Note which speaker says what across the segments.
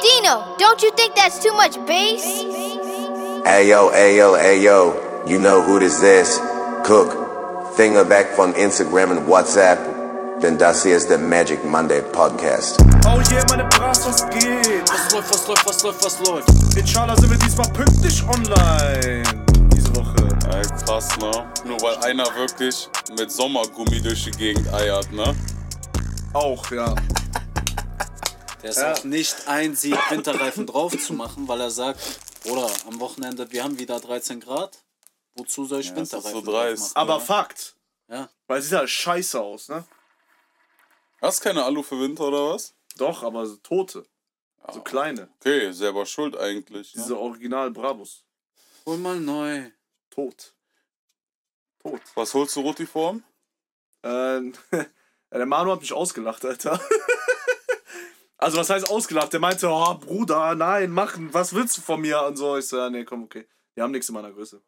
Speaker 1: Dino, don't you think that's too much bass?
Speaker 2: Ayo, ayo, ayo, you know who this is. Cook, Finger weg von Instagram und WhatsApp, denn das hier ist der Magic Monday Podcast.
Speaker 3: Oh yeah, meine Bras, was geht?
Speaker 4: Was läuft?
Speaker 3: Inshallah sind wir diesmal pünktlich online. Diese Woche.
Speaker 4: Ey, krass, ne? Nur weil einer wirklich mit Sommergummi durch die Gegend eiert, ne?
Speaker 3: Auch, ja.
Speaker 5: Der ist auch nicht einsieht, Winterreifen drauf zu machen, weil er sagt, oder am Wochenende, wir haben wieder 13 Grad. Wozu soll ich Winterreifen
Speaker 4: so
Speaker 5: drauf
Speaker 4: dreist.
Speaker 5: machen?
Speaker 3: Aber
Speaker 5: ja?
Speaker 3: Fakt.
Speaker 5: Ja.
Speaker 3: Weil sieht halt scheiße aus, ne?
Speaker 4: Hast keine Alu für Winter oder was?
Speaker 3: Doch, aber so tote. So kleine.
Speaker 4: Okay, selber schuld eigentlich. Ne?
Speaker 3: Diese Original Brabus.
Speaker 5: Hol mal neu.
Speaker 3: Tot.
Speaker 4: Was holst du Rotiform?
Speaker 3: Ja, der Manu hat mich ausgelacht, Alter. Also was heißt ausgelacht? Der meinte, oh Bruder, nein, machen, was willst du von mir? Und so. Ich so, ja, nee, komm, okay. Die haben nichts in meiner Größe.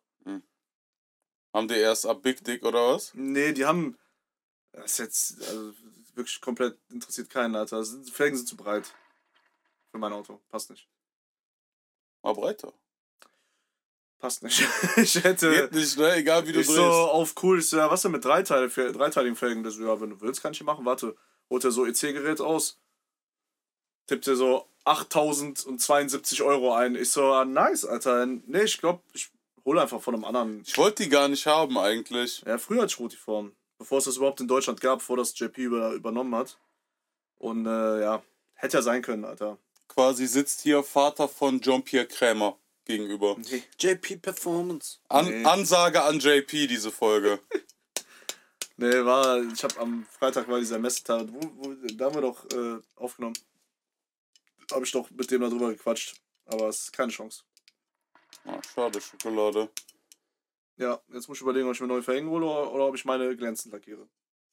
Speaker 4: Haben die erst ab Big Dick oder was?
Speaker 3: Nee, die haben. Das ist jetzt also, wirklich komplett interessiert keinen, Alter. Die Felgen sind zu breit. Für mein Auto. Passt nicht.
Speaker 4: Mal breiter.
Speaker 3: Passt nicht. Ich hätte.
Speaker 4: Geht nicht, ne? Egal wie du
Speaker 3: Ich
Speaker 4: drehst.
Speaker 3: so auf cool, ich so, ja, was denn mit dreiteiligen Felgen? Das so, ja, wenn du willst, kann ich hier machen. Warte. Holt er so EC-Gerät aus. Tippt er so 8.072 € ein. Ich so, ah, nice, Alter. Nee, ich glaube, ich hole einfach von einem anderen.
Speaker 4: Ich wollte die gar nicht haben eigentlich.
Speaker 3: Ja, früher hatte ich Rotiform. Bevor es das überhaupt in Deutschland gab, bevor das JP übernommen hat. Und ja, hätte ja sein können, Alter.
Speaker 4: Quasi sitzt hier Vater von Jean-Pierre Krämer gegenüber.
Speaker 3: Nee.
Speaker 5: JP Performance.
Speaker 3: Nee.
Speaker 4: Ansage an JP, diese Folge.
Speaker 3: Nee, ich hab am Freitag war dieser Messetag, da haben wir doch aufgenommen. Habe ich doch mit dem darüber gequatscht. Aber es ist keine Chance.
Speaker 4: Ah, schade, Schokolade.
Speaker 3: Ja, jetzt muss ich überlegen, ob ich mir neue Felgen hole oder ob ich meine glänzend lackiere.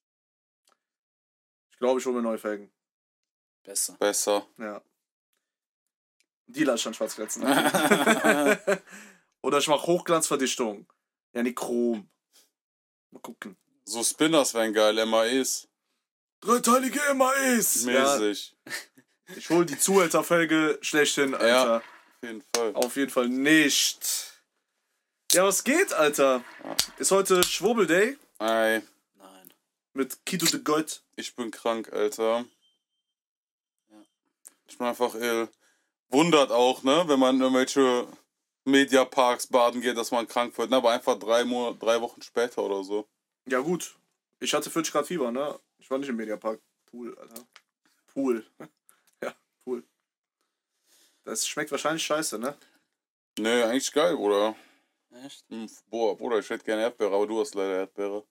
Speaker 3: Ich glaube, ich hole mir neue Felgen.
Speaker 5: Besser.
Speaker 3: Ja. Die lasse ich dann schwarz glänzen. Oder ich mache Hochglanzverdichtung. Ja, nicht Chrom. Mal gucken.
Speaker 4: So Spinners wären geil, MAEs.
Speaker 3: Dreiteilige MAEs!
Speaker 4: Mäßig.
Speaker 3: Ja, ich hole die Zuhälterfelge schlechthin, Alter.
Speaker 4: Ja, auf jeden Fall.
Speaker 3: Auf jeden Fall nicht. Ja, was geht, Alter?
Speaker 4: Ja.
Speaker 3: Ist heute Schwurbel-Day
Speaker 4: Ey,
Speaker 5: Nein.
Speaker 3: mit Kito de Gott.
Speaker 4: ich bin krank, Alter.
Speaker 5: Ja.
Speaker 4: Ich bin einfach ill. Wundert auch, ne, wenn man in irgendwelche Mediaparks baden geht, dass man krank wird. Ne? Aber einfach 3 Wochen später oder so.
Speaker 3: Ja, gut. Ich hatte 40 Grad Fieber, ne? Ich war nicht im Mediapark. Pool, Alter. Pool. Ja, Pool. Das schmeckt wahrscheinlich scheiße, ne?
Speaker 4: Ne, eigentlich geil, Bruder.
Speaker 5: Echt?
Speaker 4: Boah, Bruder, ich hätte gerne Erdbeere, aber du hast leider Erdbeere.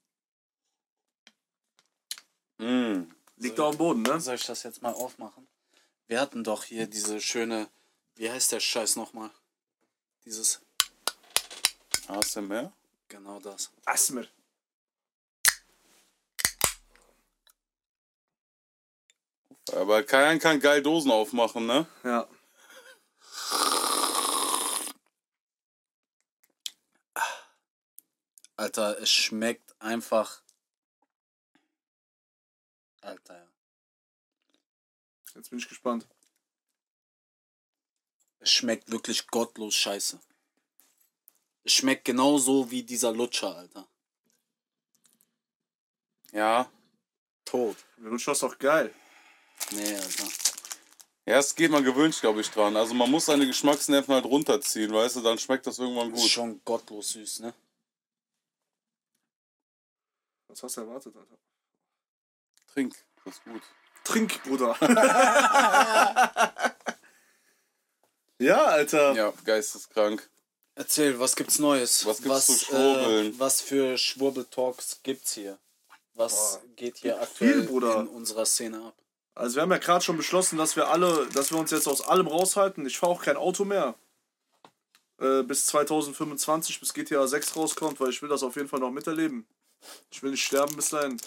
Speaker 3: Liegt da am Boden, ne?
Speaker 5: Soll ich das jetzt mal aufmachen? Wir hatten doch hier diese schöne, wie heißt der Scheiß nochmal? Dieses,
Speaker 4: ASMR?
Speaker 5: genau das.
Speaker 3: Asmer.
Speaker 4: Aber keiner kann geil Dosen aufmachen, ne?
Speaker 3: Ja.
Speaker 5: Alter, es schmeckt einfach. Alter, ja.
Speaker 3: Jetzt bin ich gespannt.
Speaker 5: Es schmeckt wirklich gottlos scheiße. Es schmeckt genauso wie dieser Lutscher, Alter.
Speaker 4: Ja.
Speaker 5: Tot.
Speaker 3: Der Lutscher ist doch geil.
Speaker 5: Nee, Alter.
Speaker 4: Ja, es geht, man gewöhnt sich, glaube ich, dran. Also man muss seine Geschmacksnerven halt runterziehen, weißt du, dann schmeckt das irgendwann
Speaker 5: Ist
Speaker 4: gut.
Speaker 5: schon gottlos süß, ne?
Speaker 3: Was hast du erwartet, Alter?
Speaker 4: Trink, das ist gut.
Speaker 3: Trink, Bruder. Ja, Alter.
Speaker 4: Ja, geisteskrank.
Speaker 5: Erzähl, was gibt's Neues?
Speaker 4: Was gibt's zu schwurbeln?
Speaker 5: Was für Schwurbel-Talks gibt's hier? Was geht hier
Speaker 3: viel,
Speaker 5: aktuell
Speaker 3: Bruder.
Speaker 5: in unserer Szene ab?
Speaker 3: Also wir haben ja gerade schon beschlossen, dass wir uns jetzt aus allem raushalten. Ich fahre auch kein Auto mehr. Bis 2025, bis GTA 6 rauskommt, weil ich will das auf jeden Fall noch miterleben. Ich will nicht sterben bis dahin.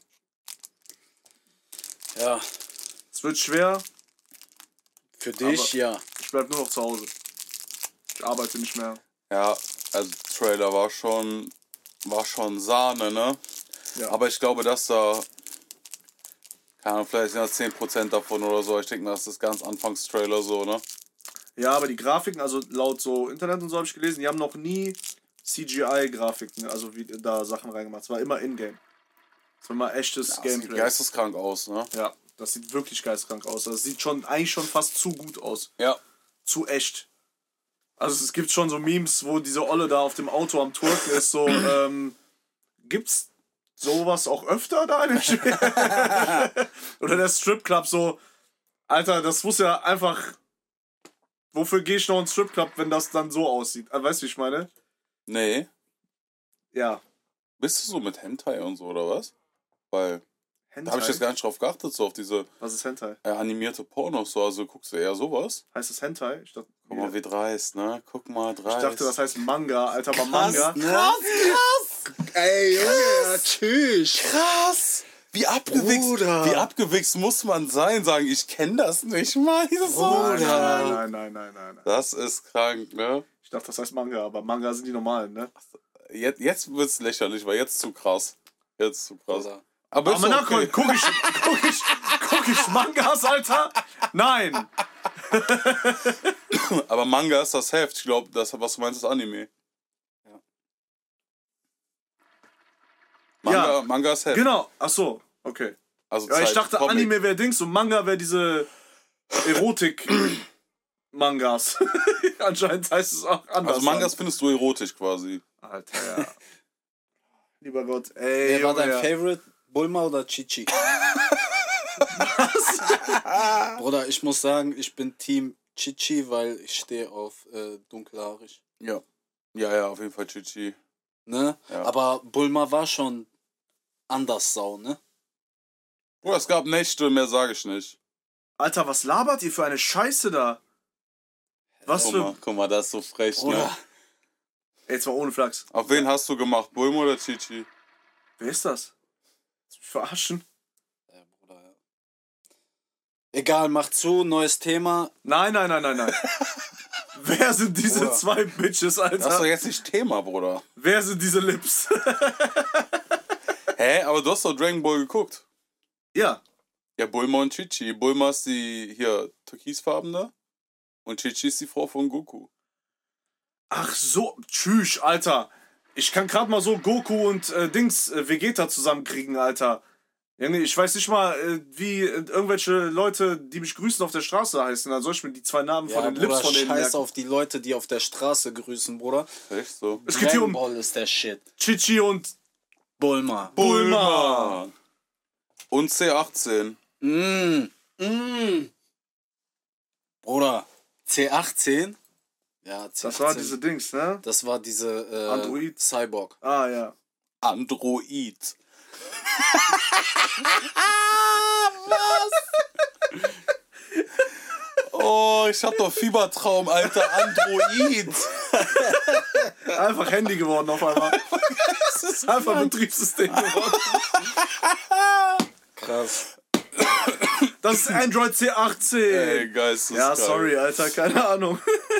Speaker 5: Ja,
Speaker 3: Es wird schwer,
Speaker 5: für dich,
Speaker 3: Aber-
Speaker 5: ja.
Speaker 3: ich bleib nur noch zu Hause. Ich arbeite nicht mehr.
Speaker 4: Ja, also Trailer war schon Sahne, ne?
Speaker 3: Ja.
Speaker 4: Aber ich glaube, dass da Keine Ahnung, vielleicht sind das 10% davon oder so. Ich denke, das ist ganz Anfangstrailer so, ne?
Speaker 3: Ja, aber die Grafiken, also laut so Internet und so habe ich gelesen, die haben noch nie CGI-Grafiken, also wie da Sachen reingemacht. Es war immer in-game. Es war immer echtes
Speaker 4: Das sieht
Speaker 3: Gameplay.
Speaker 4: geisteskrank aus, ne?
Speaker 3: Ja, das sieht wirklich geistkrank aus. Das sieht schon eigentlich schon fast zu gut aus.
Speaker 4: Ja.
Speaker 3: Zu echt. Also es gibt schon so Memes, wo diese Olle da auf dem Auto am Twerken ist, so, gibt's sowas auch öfter da in den Spielen? Oder der Stripclub so, Alter, das muss ja einfach, wofür gehe ich noch in den Stripclub, wenn das dann so aussieht? Weißt du, wie ich meine?
Speaker 4: Nee.
Speaker 3: Ja.
Speaker 4: Bist du so mit Hentai und so, oder was? Weil,
Speaker 3: Hentai?
Speaker 4: da habe ich jetzt gar nicht drauf geachtet, so auf diese
Speaker 3: Was ist Hentai?
Speaker 4: animierte Pornos, so, also guckst du eher sowas?
Speaker 3: Heißt das Hentai? Ich dachte,
Speaker 4: Guck mal, wie dreist, ne? Guck mal, dreist.
Speaker 3: ich dachte, das heißt Manga, Alter, aber Manga.
Speaker 5: Krass. Ey, Junge, tschüss.
Speaker 4: Krass! Wie abgewichst muss man sein, sagen, ich kenne das nicht mal.
Speaker 3: Nein.
Speaker 4: Das ist krank, ne?
Speaker 3: Ich dachte, das heißt Manga, aber Manga sind die normalen, ne?
Speaker 4: Jetzt wird's lächerlich, weil jetzt zu krass. Jetzt zu krass.
Speaker 5: Oder?
Speaker 4: Aber ist
Speaker 3: na,
Speaker 4: okay.
Speaker 3: guck ich Mangas, Alter? Nein!
Speaker 4: Aber Manga ist das Heft. Ich glaube, das, was du meinst, ist Anime.
Speaker 3: Ja.
Speaker 4: Manga ist Heft.
Speaker 3: Genau, ach so, okay.
Speaker 4: Also
Speaker 3: Ja, ich
Speaker 4: Zeit,
Speaker 3: dachte,
Speaker 4: Comic.
Speaker 3: Anime wäre Dings und Manga wäre diese Erotik-Mangas. Anscheinend heißt es auch anders.
Speaker 4: Also Mangas findest du erotisch quasi.
Speaker 3: Alter, ja. Lieber Gott, ey.
Speaker 5: Wer war
Speaker 3: Junge,
Speaker 5: dein
Speaker 3: ja.
Speaker 5: Favorite? Bulma oder Chichi? Bruder, ich muss sagen, ich bin Team Chichi, weil ich stehe auf dunkelhaarig.
Speaker 4: Ja. Ja, auf jeden Fall Chichi.
Speaker 5: Ne?
Speaker 4: Ja.
Speaker 5: Aber Bulma war schon anders Sau, ne?
Speaker 4: Bruder, es gab Nächte, mehr sage ich nicht.
Speaker 3: Alter, was labert ihr für eine Scheiße da? Was für...
Speaker 4: Guck mal, das ist so frech,
Speaker 5: Bruder.
Speaker 4: ne?
Speaker 3: Jetzt mal ohne Flachs.
Speaker 4: Auf wen hast du gemacht? Bulma oder Chichi?
Speaker 3: Wer ist das? Willst du mich verarschen?
Speaker 5: Ja, Bruder, ja. Egal, mach zu, neues Thema.
Speaker 3: Nein. Wer sind diese
Speaker 5: Bruder.
Speaker 3: zwei Bitches,
Speaker 4: Das ist doch
Speaker 3: Alter?
Speaker 4: jetzt nicht Thema, Bruder.
Speaker 3: Wer sind diese Lips?
Speaker 4: Hä? Aber du hast doch Dragon Ball geguckt.
Speaker 3: Ja.
Speaker 4: Ja, Bulma und Chichi. Bulma ist die hier türkisfarbene und Chichi ist die Frau von Goku.
Speaker 3: Ach so, tschüss, Alter. Ich kann gerade mal so Goku und Vegeta zusammenkriegen, Alter. Junge, ich weiß nicht mal, wie irgendwelche Leute, die mich grüßen auf der Straße heißen. Dann soll ich mir die zwei Namen
Speaker 5: Ja,
Speaker 3: von den
Speaker 5: Bruder,
Speaker 3: Lips von denen
Speaker 5: scheiß
Speaker 3: merken.
Speaker 5: auf die Leute, die auf der Straße grüßen, Bruder.
Speaker 4: Echt so?
Speaker 3: Es geht hier
Speaker 5: Dragon
Speaker 3: um
Speaker 5: Ball ist der Shit.
Speaker 3: Chichi und
Speaker 5: Bulma.
Speaker 3: Bulma.
Speaker 4: Und C18.
Speaker 5: Bruder, C18? Ja, C18.
Speaker 3: Das war diese Dings, ne?
Speaker 5: Das war diese
Speaker 3: Android.
Speaker 5: Cyborg.
Speaker 3: Ah, ja.
Speaker 4: Android. Oh, ich hab doch Fiebertraum, Alter. Android.
Speaker 3: Einfach Handy geworden auf einmal. Das ist einfach Betriebssystem geworden.
Speaker 5: Krass.
Speaker 3: Das ist Android C18.
Speaker 4: Ey, geisteskrank.
Speaker 3: Ja, sorry, Alter, keine Ahnung.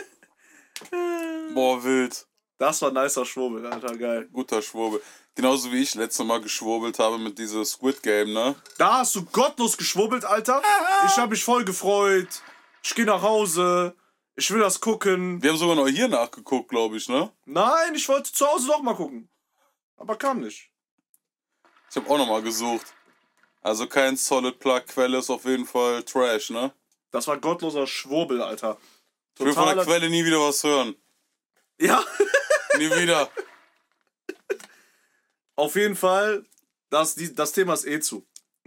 Speaker 4: Boah, wild.
Speaker 3: Das war ein nicer Schwurbel, Alter, geil.
Speaker 4: Guter Schwurbel. Genauso wie ich letztes Mal geschwurbelt habe mit diesem Squid Game, ne?
Speaker 3: Da hast du gottlos geschwurbelt, Alter. Ich hab mich voll gefreut. Ich geh nach Hause. Ich will das gucken.
Speaker 4: Wir haben sogar noch hier nachgeguckt, glaube ich, ne?
Speaker 3: Nein, ich wollte zu Hause doch mal gucken. Aber kam nicht.
Speaker 4: Ich habe auch nochmal gesucht. Also kein Solid Plug, Quelle ist auf jeden Fall Trash, ne?
Speaker 3: Das war gottloser Schwurbel, Alter.
Speaker 4: Ich will von der
Speaker 3: Totaler-
Speaker 4: Quelle nie wieder was hören.
Speaker 3: Ja,
Speaker 4: Nie wieder.
Speaker 3: auf jeden Fall. Das Thema ist eh zu.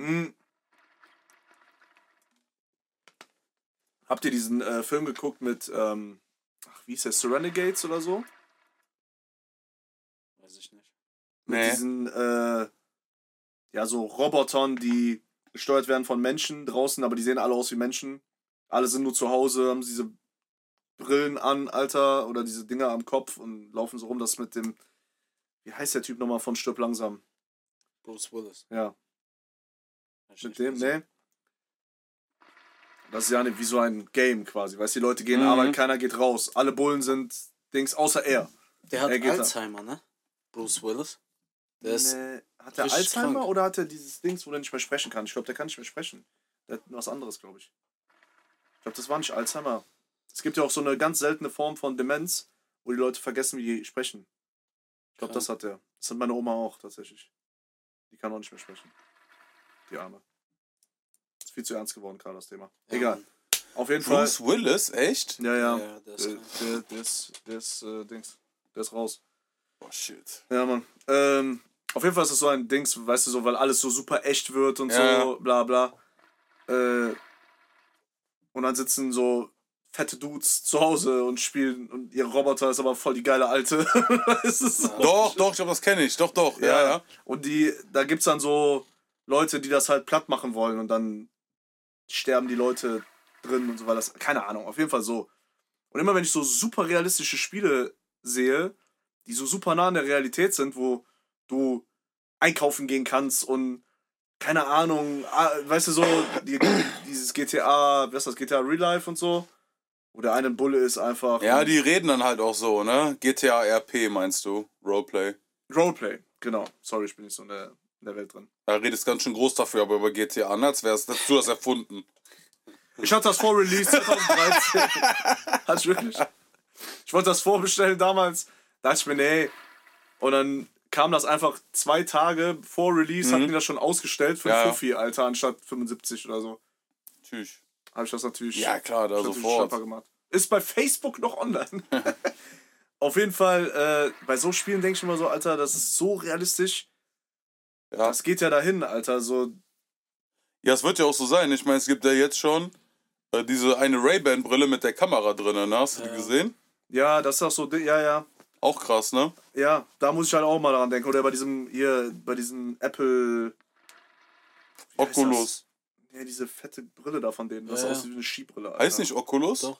Speaker 3: Habt ihr diesen Film geguckt mit, wie hieß der, Serenegades oder so?
Speaker 5: Weiß ich nicht.
Speaker 3: Mit
Speaker 4: Nee.
Speaker 3: diesen, so Robotern, die gesteuert werden von Menschen draußen, aber die sehen alle aus wie Menschen. Alle sind nur zu Hause, haben diese Brillen an, Alter, oder diese Dinger am Kopf und laufen so rum. Das mit dem, wie heißt der Typ nochmal von Stirb langsam?
Speaker 5: Bruce Willis.
Speaker 3: Ja,
Speaker 5: Hab ich
Speaker 3: mit
Speaker 5: nicht
Speaker 3: dem,
Speaker 5: gesehen.
Speaker 3: ne? Das ist ja wie so ein Game quasi, weißt du, die Leute gehen
Speaker 4: Mhm.
Speaker 3: arbeiten, keiner geht raus. Alle Bullen sind Dings, außer er.
Speaker 5: Der hat
Speaker 3: Er geht da.
Speaker 5: Alzheimer, ne? Bruce Willis. Der ist.
Speaker 3: Nee, Hat der
Speaker 5: Richtig
Speaker 3: Alzheimer
Speaker 5: krank.
Speaker 3: oder hat er dieses Dings, wo der nicht mehr sprechen kann? Ich glaube, der kann nicht mehr sprechen. Der hat was anderes, glaube ich. Ich glaube, das war nicht Alzheimer. Es gibt ja auch so eine ganz seltene Form von Demenz, wo die Leute vergessen, wie die sprechen. Ich glaube, das hat der. Das hat meine Oma auch tatsächlich. Die kann auch nicht mehr sprechen. Die Arme. Ist viel zu ernst geworden, gerade das Thema.
Speaker 5: Ja,
Speaker 3: Egal.
Speaker 5: Mann.
Speaker 3: Auf jeden
Speaker 4: Bruce Willis, echt?
Speaker 3: Fall. Ja.
Speaker 5: Ja, der ist
Speaker 3: Der ist Dings. Der ist raus.
Speaker 4: Oh, shit.
Speaker 3: Ja, Mann. Auf jeden Fall ist es so ein Dings, weißt du, so, weil alles so super echt wird und
Speaker 4: Ja.
Speaker 3: so, bla bla. Und dann sitzen so fette Dudes zu Hause und spielen und ihr Roboter ist aber voll die geile alte. Es ist so.
Speaker 4: Doch, ich glaube, das kenne ich. Doch. Ja.
Speaker 3: Und da gibt's dann so Leute, die das halt platt machen wollen und dann sterben die Leute drin und so, weil das, keine Ahnung, auf jeden Fall so. Und immer wenn ich so super realistische Spiele sehe, die so super nah an der Realität sind, wo du einkaufen gehen kannst und keine Ahnung, weißt du so, dieses GTA, was ist das, GTA Real Life und so, wo der eine Bulle ist einfach.
Speaker 4: Ja, die reden dann halt auch so, ne? GTA RP meinst du? Roleplay.
Speaker 3: Roleplay, genau. Sorry, ich bin nicht so in der Welt drin.
Speaker 4: Da redest ganz schön groß dafür, aber über GTA, als hättest du das erfunden.
Speaker 3: Ich hatte das vor Release 2013. Hatte ich wirklich. Ich wollte das vorbestellen damals. Da dachte ich mir, nee. Und dann kam das einfach 2 Tage vor Release, hatten die das schon ausgestellt für
Speaker 4: Ja.
Speaker 3: Fuffi, Alter, anstatt 75 oder so.
Speaker 4: Tschüss.
Speaker 3: Habe ich das natürlich.
Speaker 4: Ja, klar, da
Speaker 3: hab ich natürlich
Speaker 4: sofort.
Speaker 3: schnapper gemacht. Ist bei Facebook noch online. Auf jeden Fall, bei so Spielen denke ich immer so, Alter, das ist so realistisch.
Speaker 4: Ja.
Speaker 3: Das geht ja dahin, Alter. So,
Speaker 4: Ja, es wird ja auch so sein. Ich meine, es gibt ja jetzt schon diese eine Ray-Ban-Brille mit der Kamera drin, ne? Hast du die gesehen?
Speaker 3: ja, das ist auch so, ja.
Speaker 4: Auch krass, ne?
Speaker 3: Ja, da muss ich halt auch mal daran denken. Oder bei diesem Apple. Wie heißt
Speaker 4: Oculus.
Speaker 3: das? Ja, diese fette Brille da von denen. Das
Speaker 5: Ja.
Speaker 3: aussieht wie eine Skibrille. Alter.
Speaker 4: Heißt nicht Oculus?
Speaker 5: Doch.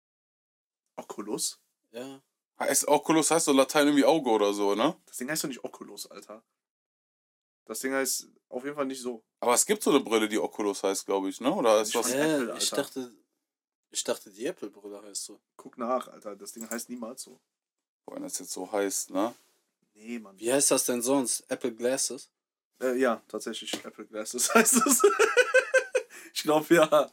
Speaker 3: Oculus?
Speaker 5: Ja.
Speaker 4: Oculus heißt so Latein irgendwie Auge oder so, ne?
Speaker 3: Das Ding heißt doch nicht Oculus, Alter. Das Ding heißt auf jeden Fall nicht so.
Speaker 4: Aber es gibt so eine Brille, die Oculus heißt, glaube ich, ne? Oder ist
Speaker 3: Ich
Speaker 4: was?
Speaker 3: weiß- Apple,
Speaker 5: Ich
Speaker 3: Alter.
Speaker 5: dachte, die Apple-Brille heißt so.
Speaker 3: Guck nach, Alter. Das Ding heißt niemals so.
Speaker 4: Wenn das jetzt so heißt, ne?
Speaker 3: Nee, Mann.
Speaker 5: Wie heißt das denn sonst? Apple Glasses?
Speaker 3: Ja, tatsächlich Apple Glasses heißt es. Ich glaube, ja.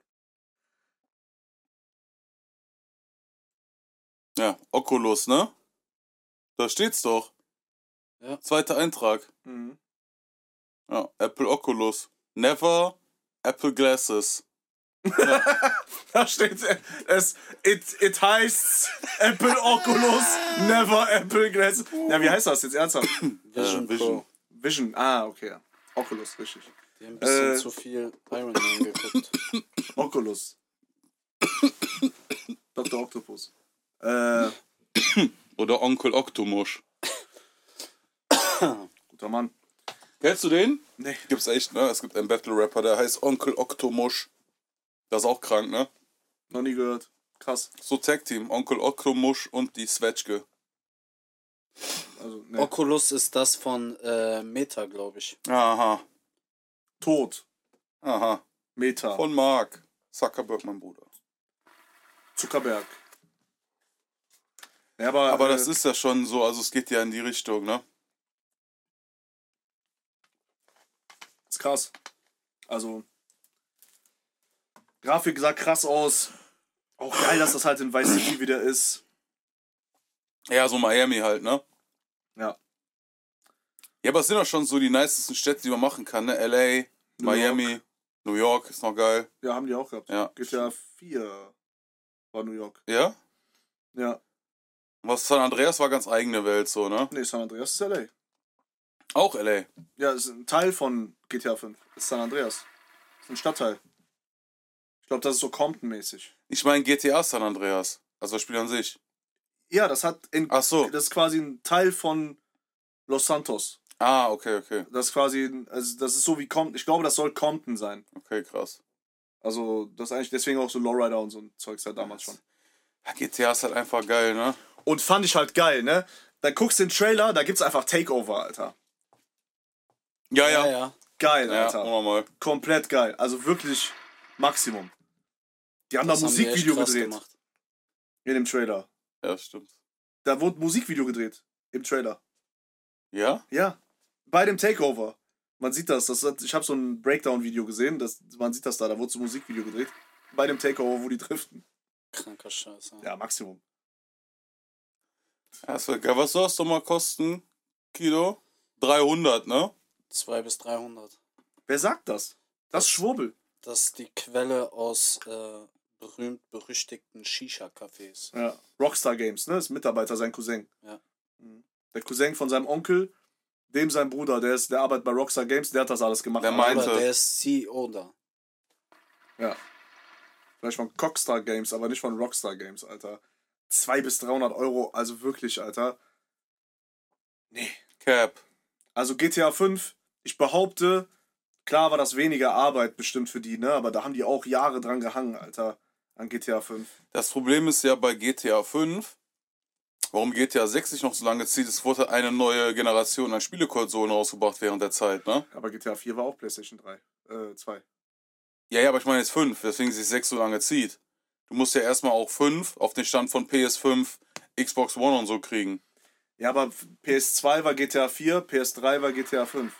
Speaker 4: Ja, Oculus, ne? Da steht's doch.
Speaker 5: Ja.
Speaker 4: Zweiter Eintrag.
Speaker 3: Mhm.
Speaker 4: Ja, Apple Oculus. Never Apple Glasses.
Speaker 3: Da steht it heißt Apple Oculus, never Apple Glasses. Ja, wie heißt das jetzt ernsthaft?
Speaker 5: Vision
Speaker 4: Vision.
Speaker 5: Pro.
Speaker 3: Vision, okay. Ja. Oculus, richtig.
Speaker 5: Die haben ein bisschen
Speaker 3: Äh.
Speaker 5: zu viel Iron Man geguckt.
Speaker 3: Oculus. Dr. Octopus.
Speaker 4: Oder Onkel Octomusch.
Speaker 3: Guter Mann.
Speaker 4: Kennst du den?
Speaker 3: Nee.
Speaker 4: Gibt's echt, ne? Es gibt einen Battle-Rapper, der heißt Onkel Octomusch. Das ist auch krank, ne?
Speaker 3: Noch nie gehört. Krass.
Speaker 4: So Tag-Team. Onkel Octomusch und die Swetschke.
Speaker 3: Also, nee.
Speaker 5: Oculus ist das von Meta, glaube ich.
Speaker 4: Aha.
Speaker 3: Tod.
Speaker 4: Aha.
Speaker 3: Meta.
Speaker 4: Von Mark Zuckerberg, mein Bruder.
Speaker 3: Zuckerberg. Ja,
Speaker 4: Aber das ist ja schon so, also es geht ja in die Richtung, ne?
Speaker 3: ist krass. Also, Grafik sah krass aus. Auch geil, dass das halt in Vice City wieder ist.
Speaker 4: Ja, so Miami halt, ne?
Speaker 3: Ja.
Speaker 4: Ja, aber es sind doch schon so die nicesten Städte, die man machen kann, ne? L.A.,
Speaker 3: New
Speaker 4: Miami, New York ist noch geil.
Speaker 3: Ja, haben die auch gehabt.
Speaker 4: Ja.
Speaker 3: GTA 4 war New York.
Speaker 4: Ja?
Speaker 3: Ja.
Speaker 4: Was San Andreas war ganz eigene Welt, so, ne?
Speaker 3: Nee, San Andreas ist L.A.
Speaker 4: Auch L.A.
Speaker 3: Ja, ist ein Teil von GTA 5. Ist San Andreas. Ist ein Stadtteil. Ich glaube, das ist so Compton-mäßig.
Speaker 4: Ich meine GTA San Andreas. Also das Spiel an sich.
Speaker 3: Ja, das hat
Speaker 4: Ach so.
Speaker 3: das ist quasi ein Teil von Los Santos.
Speaker 4: Ah, okay.
Speaker 3: Das ist quasi, also das ist so wie Compton. Ich glaube, das soll Compton sein.
Speaker 4: Okay, krass.
Speaker 3: Also, das ist eigentlich deswegen auch so Lowrider und so ein Zeugs ja damals schon.
Speaker 4: Ja, GTA ist halt einfach geil, ne?
Speaker 3: Und fand ich halt geil, ne? Dann guckst du den Trailer, da gibt's einfach Takeover, Alter.
Speaker 4: Ja.
Speaker 3: Geil,
Speaker 4: Ja,
Speaker 3: Alter.
Speaker 4: machen wir mal.
Speaker 3: Komplett geil. Also wirklich Maximum. Die haben da
Speaker 5: Das haben die echt
Speaker 3: Musikvideo
Speaker 5: krass
Speaker 3: gedreht.
Speaker 5: gemacht.
Speaker 3: In dem Trailer.
Speaker 4: Ja, stimmt.
Speaker 3: Da wurde Musikvideo gedreht. Im Trailer.
Speaker 4: Ja?
Speaker 3: Ja. Bei dem Takeover. Man sieht das. Ich habe so ein Breakdown-Video gesehen. Man sieht das da. Da wurde so ein Musikvideo gedreht. Bei dem Takeover, wo die driften.
Speaker 5: Kranker Scheiß.
Speaker 3: Ja, Maximum.
Speaker 4: Ja, ist ja geil. Was soll das doch mal kosten? Kilo? 300, ne?
Speaker 5: 200 bis 300.
Speaker 3: Wer sagt das? Das ist Schwurbel.
Speaker 5: Das ist die Quelle aus berühmt-berüchtigten Shisha-Cafés.
Speaker 3: Ja. Rockstar Games, ne? Ist Mitarbeiter, sein Cousin.
Speaker 5: Ja.
Speaker 3: Der Cousin von seinem Onkel, dem sein Bruder, der arbeitet bei Rockstar Games, der hat das alles gemacht.
Speaker 4: Der meinte-
Speaker 5: Aber der ist CEO da.
Speaker 3: Ja. Vielleicht von Cockstar Games, aber nicht von Rockstar Games, Alter. 200 bis 300 Euro, also wirklich, Alter. Nee.
Speaker 4: Cap.
Speaker 3: Also GTA 5, ich behaupte, klar war das weniger Arbeit bestimmt für die, ne? Aber da haben die auch Jahre dran gehangen, Alter, an GTA 5.
Speaker 4: Das Problem ist ja bei GTA 5, warum GTA 6 sich noch so lange zieht, es wurde eine neue Generation an Spielekonsolen rausgebracht während der Zeit, ne?
Speaker 3: Aber GTA 4 war auch PlayStation 2.
Speaker 4: Ja, aber ich meine jetzt 5, deswegen sich 6 so lange zieht. Du musst ja erstmal auch 5 auf den Stand von PS5, Xbox One und so kriegen.
Speaker 3: Ja, aber PS2 war GTA 4, PS3 war GTA 5.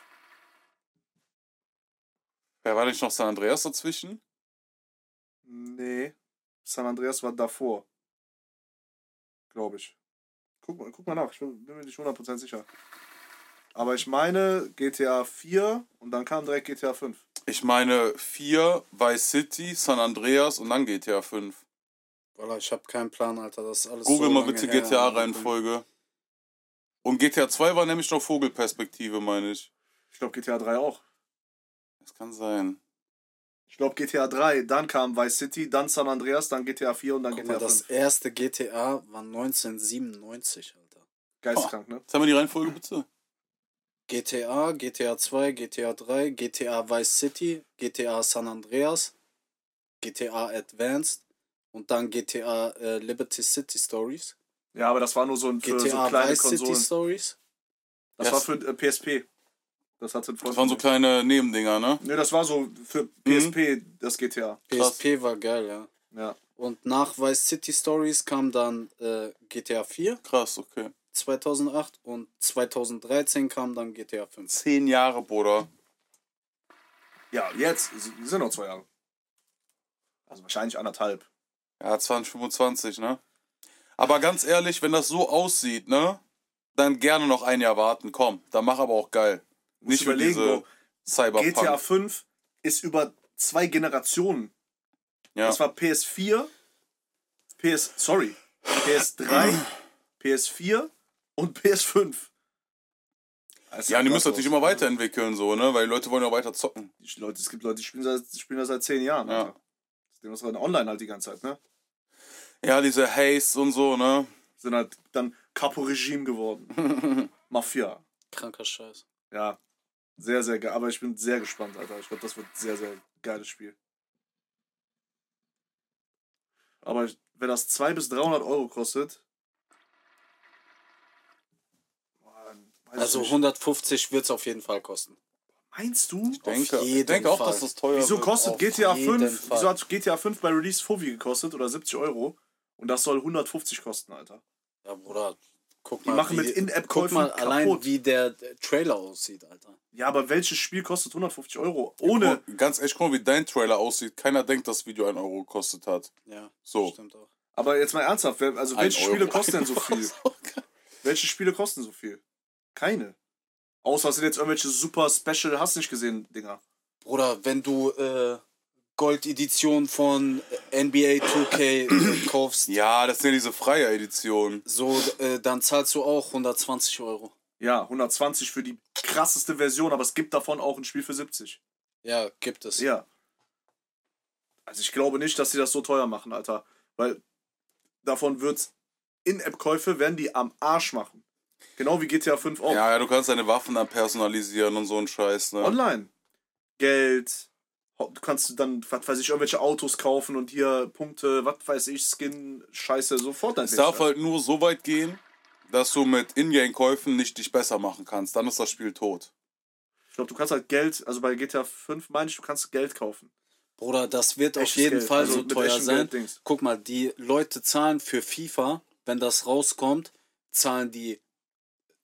Speaker 4: Wer war nicht noch San Andreas dazwischen?
Speaker 3: Nee, San Andreas war davor. Glaube ich. Guck mal nach, ich bin mir nicht 100% sicher. Aber ich meine GTA 4 und dann kam direkt GTA 5.
Speaker 4: Ich meine 4, Vice City, San Andreas und dann GTA 5.
Speaker 5: Voilà, ich habe keinen Plan, Alter. Das ist alles
Speaker 4: Google
Speaker 5: so
Speaker 4: mal
Speaker 5: lange
Speaker 4: bitte
Speaker 5: her.
Speaker 4: GTA-Reihenfolge. Und GTA 2 war nämlich noch Vogelperspektive, meine ich.
Speaker 3: Ich glaube GTA 3 auch.
Speaker 4: Das kann sein.
Speaker 3: Ich glaube GTA 3, dann kam Vice City, dann San Andreas, dann GTA 4 und dann
Speaker 5: Guck
Speaker 3: GTA
Speaker 5: mal, das
Speaker 3: 5.
Speaker 5: erste GTA war 1997, Alter.
Speaker 3: Geisteskrank, ne?
Speaker 4: Sag mal die Reihenfolge bitte.
Speaker 5: GTA, GTA 2, GTA 3, GTA Vice City, GTA San Andreas, GTA Advanced und dann GTA Liberty City Stories.
Speaker 3: Ja, aber das war nur so für so
Speaker 5: GTA
Speaker 3: kleine
Speaker 5: Vice City
Speaker 3: Konsolen.
Speaker 5: Stories.
Speaker 3: Das
Speaker 4: Ja,
Speaker 3: war für PSP. Das hatte
Speaker 4: Das waren so kleine Nebendinger, ne?
Speaker 3: Ne, das war so für PSP das GTA.
Speaker 5: PSP war geil, ja.
Speaker 3: Ja.
Speaker 5: Und nach Vice City Stories kam dann GTA 4
Speaker 4: Krass, okay.
Speaker 5: 2008 und 2013 kam dann GTA 5.
Speaker 4: 10 Jahre, Bruder.
Speaker 3: Ja, jetzt sind noch 2 Jahre. Also wahrscheinlich 1,5.
Speaker 4: Ja, 2025, ne? Aber ganz ehrlich, wenn das so aussieht, ne? Dann gerne noch ein Jahr warten, komm. Dann mach aber auch geil. Nicht für
Speaker 3: überlegen,
Speaker 4: diese
Speaker 3: Bro.
Speaker 4: Cyberpunk.
Speaker 3: GTA 5 ist über 2 Generationen.
Speaker 4: Ja.
Speaker 3: Das war PS4, PS3, PS4 und PS5.
Speaker 4: Ja, und die müssen natürlich immer weiterentwickeln, so, ne? Weil die Leute wollen ja weiter zocken.
Speaker 3: Es gibt Leute, die spielen das seit 10 Jahren.
Speaker 4: Ja.
Speaker 3: Alter. Das ist online halt die ganze Zeit, ne?
Speaker 4: Ja, diese Haze und so, ne?
Speaker 3: Sind halt dann Capo-Regime geworden. Mafia.
Speaker 5: Kranker Scheiß.
Speaker 3: Ja, sehr, sehr geil. Aber ich bin sehr gespannt, Alter. Ich glaube, das wird ein sehr, sehr geiles Spiel. Aber wenn das 200 bis 300 Euro kostet... Mann, weiß
Speaker 5: Also
Speaker 3: ich nicht.
Speaker 5: 150 wird es auf jeden Fall kosten.
Speaker 3: Meinst du?
Speaker 4: Ich denke
Speaker 5: jeden
Speaker 4: auch,
Speaker 5: Fall.
Speaker 4: dass das teuer
Speaker 3: Wieso
Speaker 4: wird.
Speaker 3: kostet
Speaker 5: auf
Speaker 3: GTA
Speaker 5: jeden
Speaker 3: 5?
Speaker 5: Fall.
Speaker 3: Wieso hat GTA 5 bei Release 50 gekostet oder 70 Euro? Und das soll 150 kosten, Alter.
Speaker 5: Ja, Bruder, guck
Speaker 3: Die
Speaker 5: mal.
Speaker 3: machen
Speaker 5: wie,
Speaker 3: mit In-App-Käufen
Speaker 5: Guck mal allein,
Speaker 3: kaputt.
Speaker 5: wie der Trailer aussieht, Alter.
Speaker 3: Ja, aber welches Spiel kostet 150 Euro? Ohne.
Speaker 4: Ganz ehrlich, guck mal, wie dein Trailer aussieht. Keiner denkt, dass das Video 1 Euro gekostet hat.
Speaker 5: Ja,
Speaker 4: So.
Speaker 5: stimmt auch.
Speaker 3: Aber jetzt mal ernsthaft, also
Speaker 4: 1
Speaker 3: welche Spiele
Speaker 4: Euro.
Speaker 3: kosten denn so viel? Welche Spiele kosten so viel? Keine. Außer es sind jetzt irgendwelche super Special, hast nicht gesehen, Dinger.
Speaker 5: Bruder, wenn du Gold-Edition von NBA 2K kaufst,
Speaker 4: Ja, das sind ja diese freie Edition.
Speaker 5: so, dann zahlst du auch 120 Euro.
Speaker 3: Ja, 120 für die krasseste Version, aber es gibt davon auch ein Spiel für 70.
Speaker 5: Ja, gibt es.
Speaker 3: Ja. Also ich glaube nicht, dass sie das so teuer machen, Alter. Weil davon wird's In-App-Käufe werden die am Arsch machen. Genau wie GTA 5 auch.
Speaker 4: Ja, du kannst deine Waffen dann personalisieren und so ein Scheiß, ne?
Speaker 3: Online. Geld. Du kannst dann, was weiß ich, irgendwelche Autos kaufen und hier Punkte, was weiß ich, Skin, Scheiße, sofort.
Speaker 4: Es darf halt nur so weit gehen, dass du mit Ingame-Käufen nicht dich besser machen kannst. Dann ist das Spiel tot.
Speaker 3: Ich glaube, du kannst halt Geld, also bei GTA 5 meine ich, du kannst Geld kaufen.
Speaker 5: Bruder, das wird auf
Speaker 3: Echtes
Speaker 5: jeden
Speaker 3: Geld,
Speaker 5: Fall
Speaker 3: also
Speaker 5: so
Speaker 3: mit
Speaker 5: teuer
Speaker 3: echtem
Speaker 5: sein.
Speaker 3: Gelddings.
Speaker 5: Guck mal, die Leute zahlen für FIFA, wenn das rauskommt, zahlen die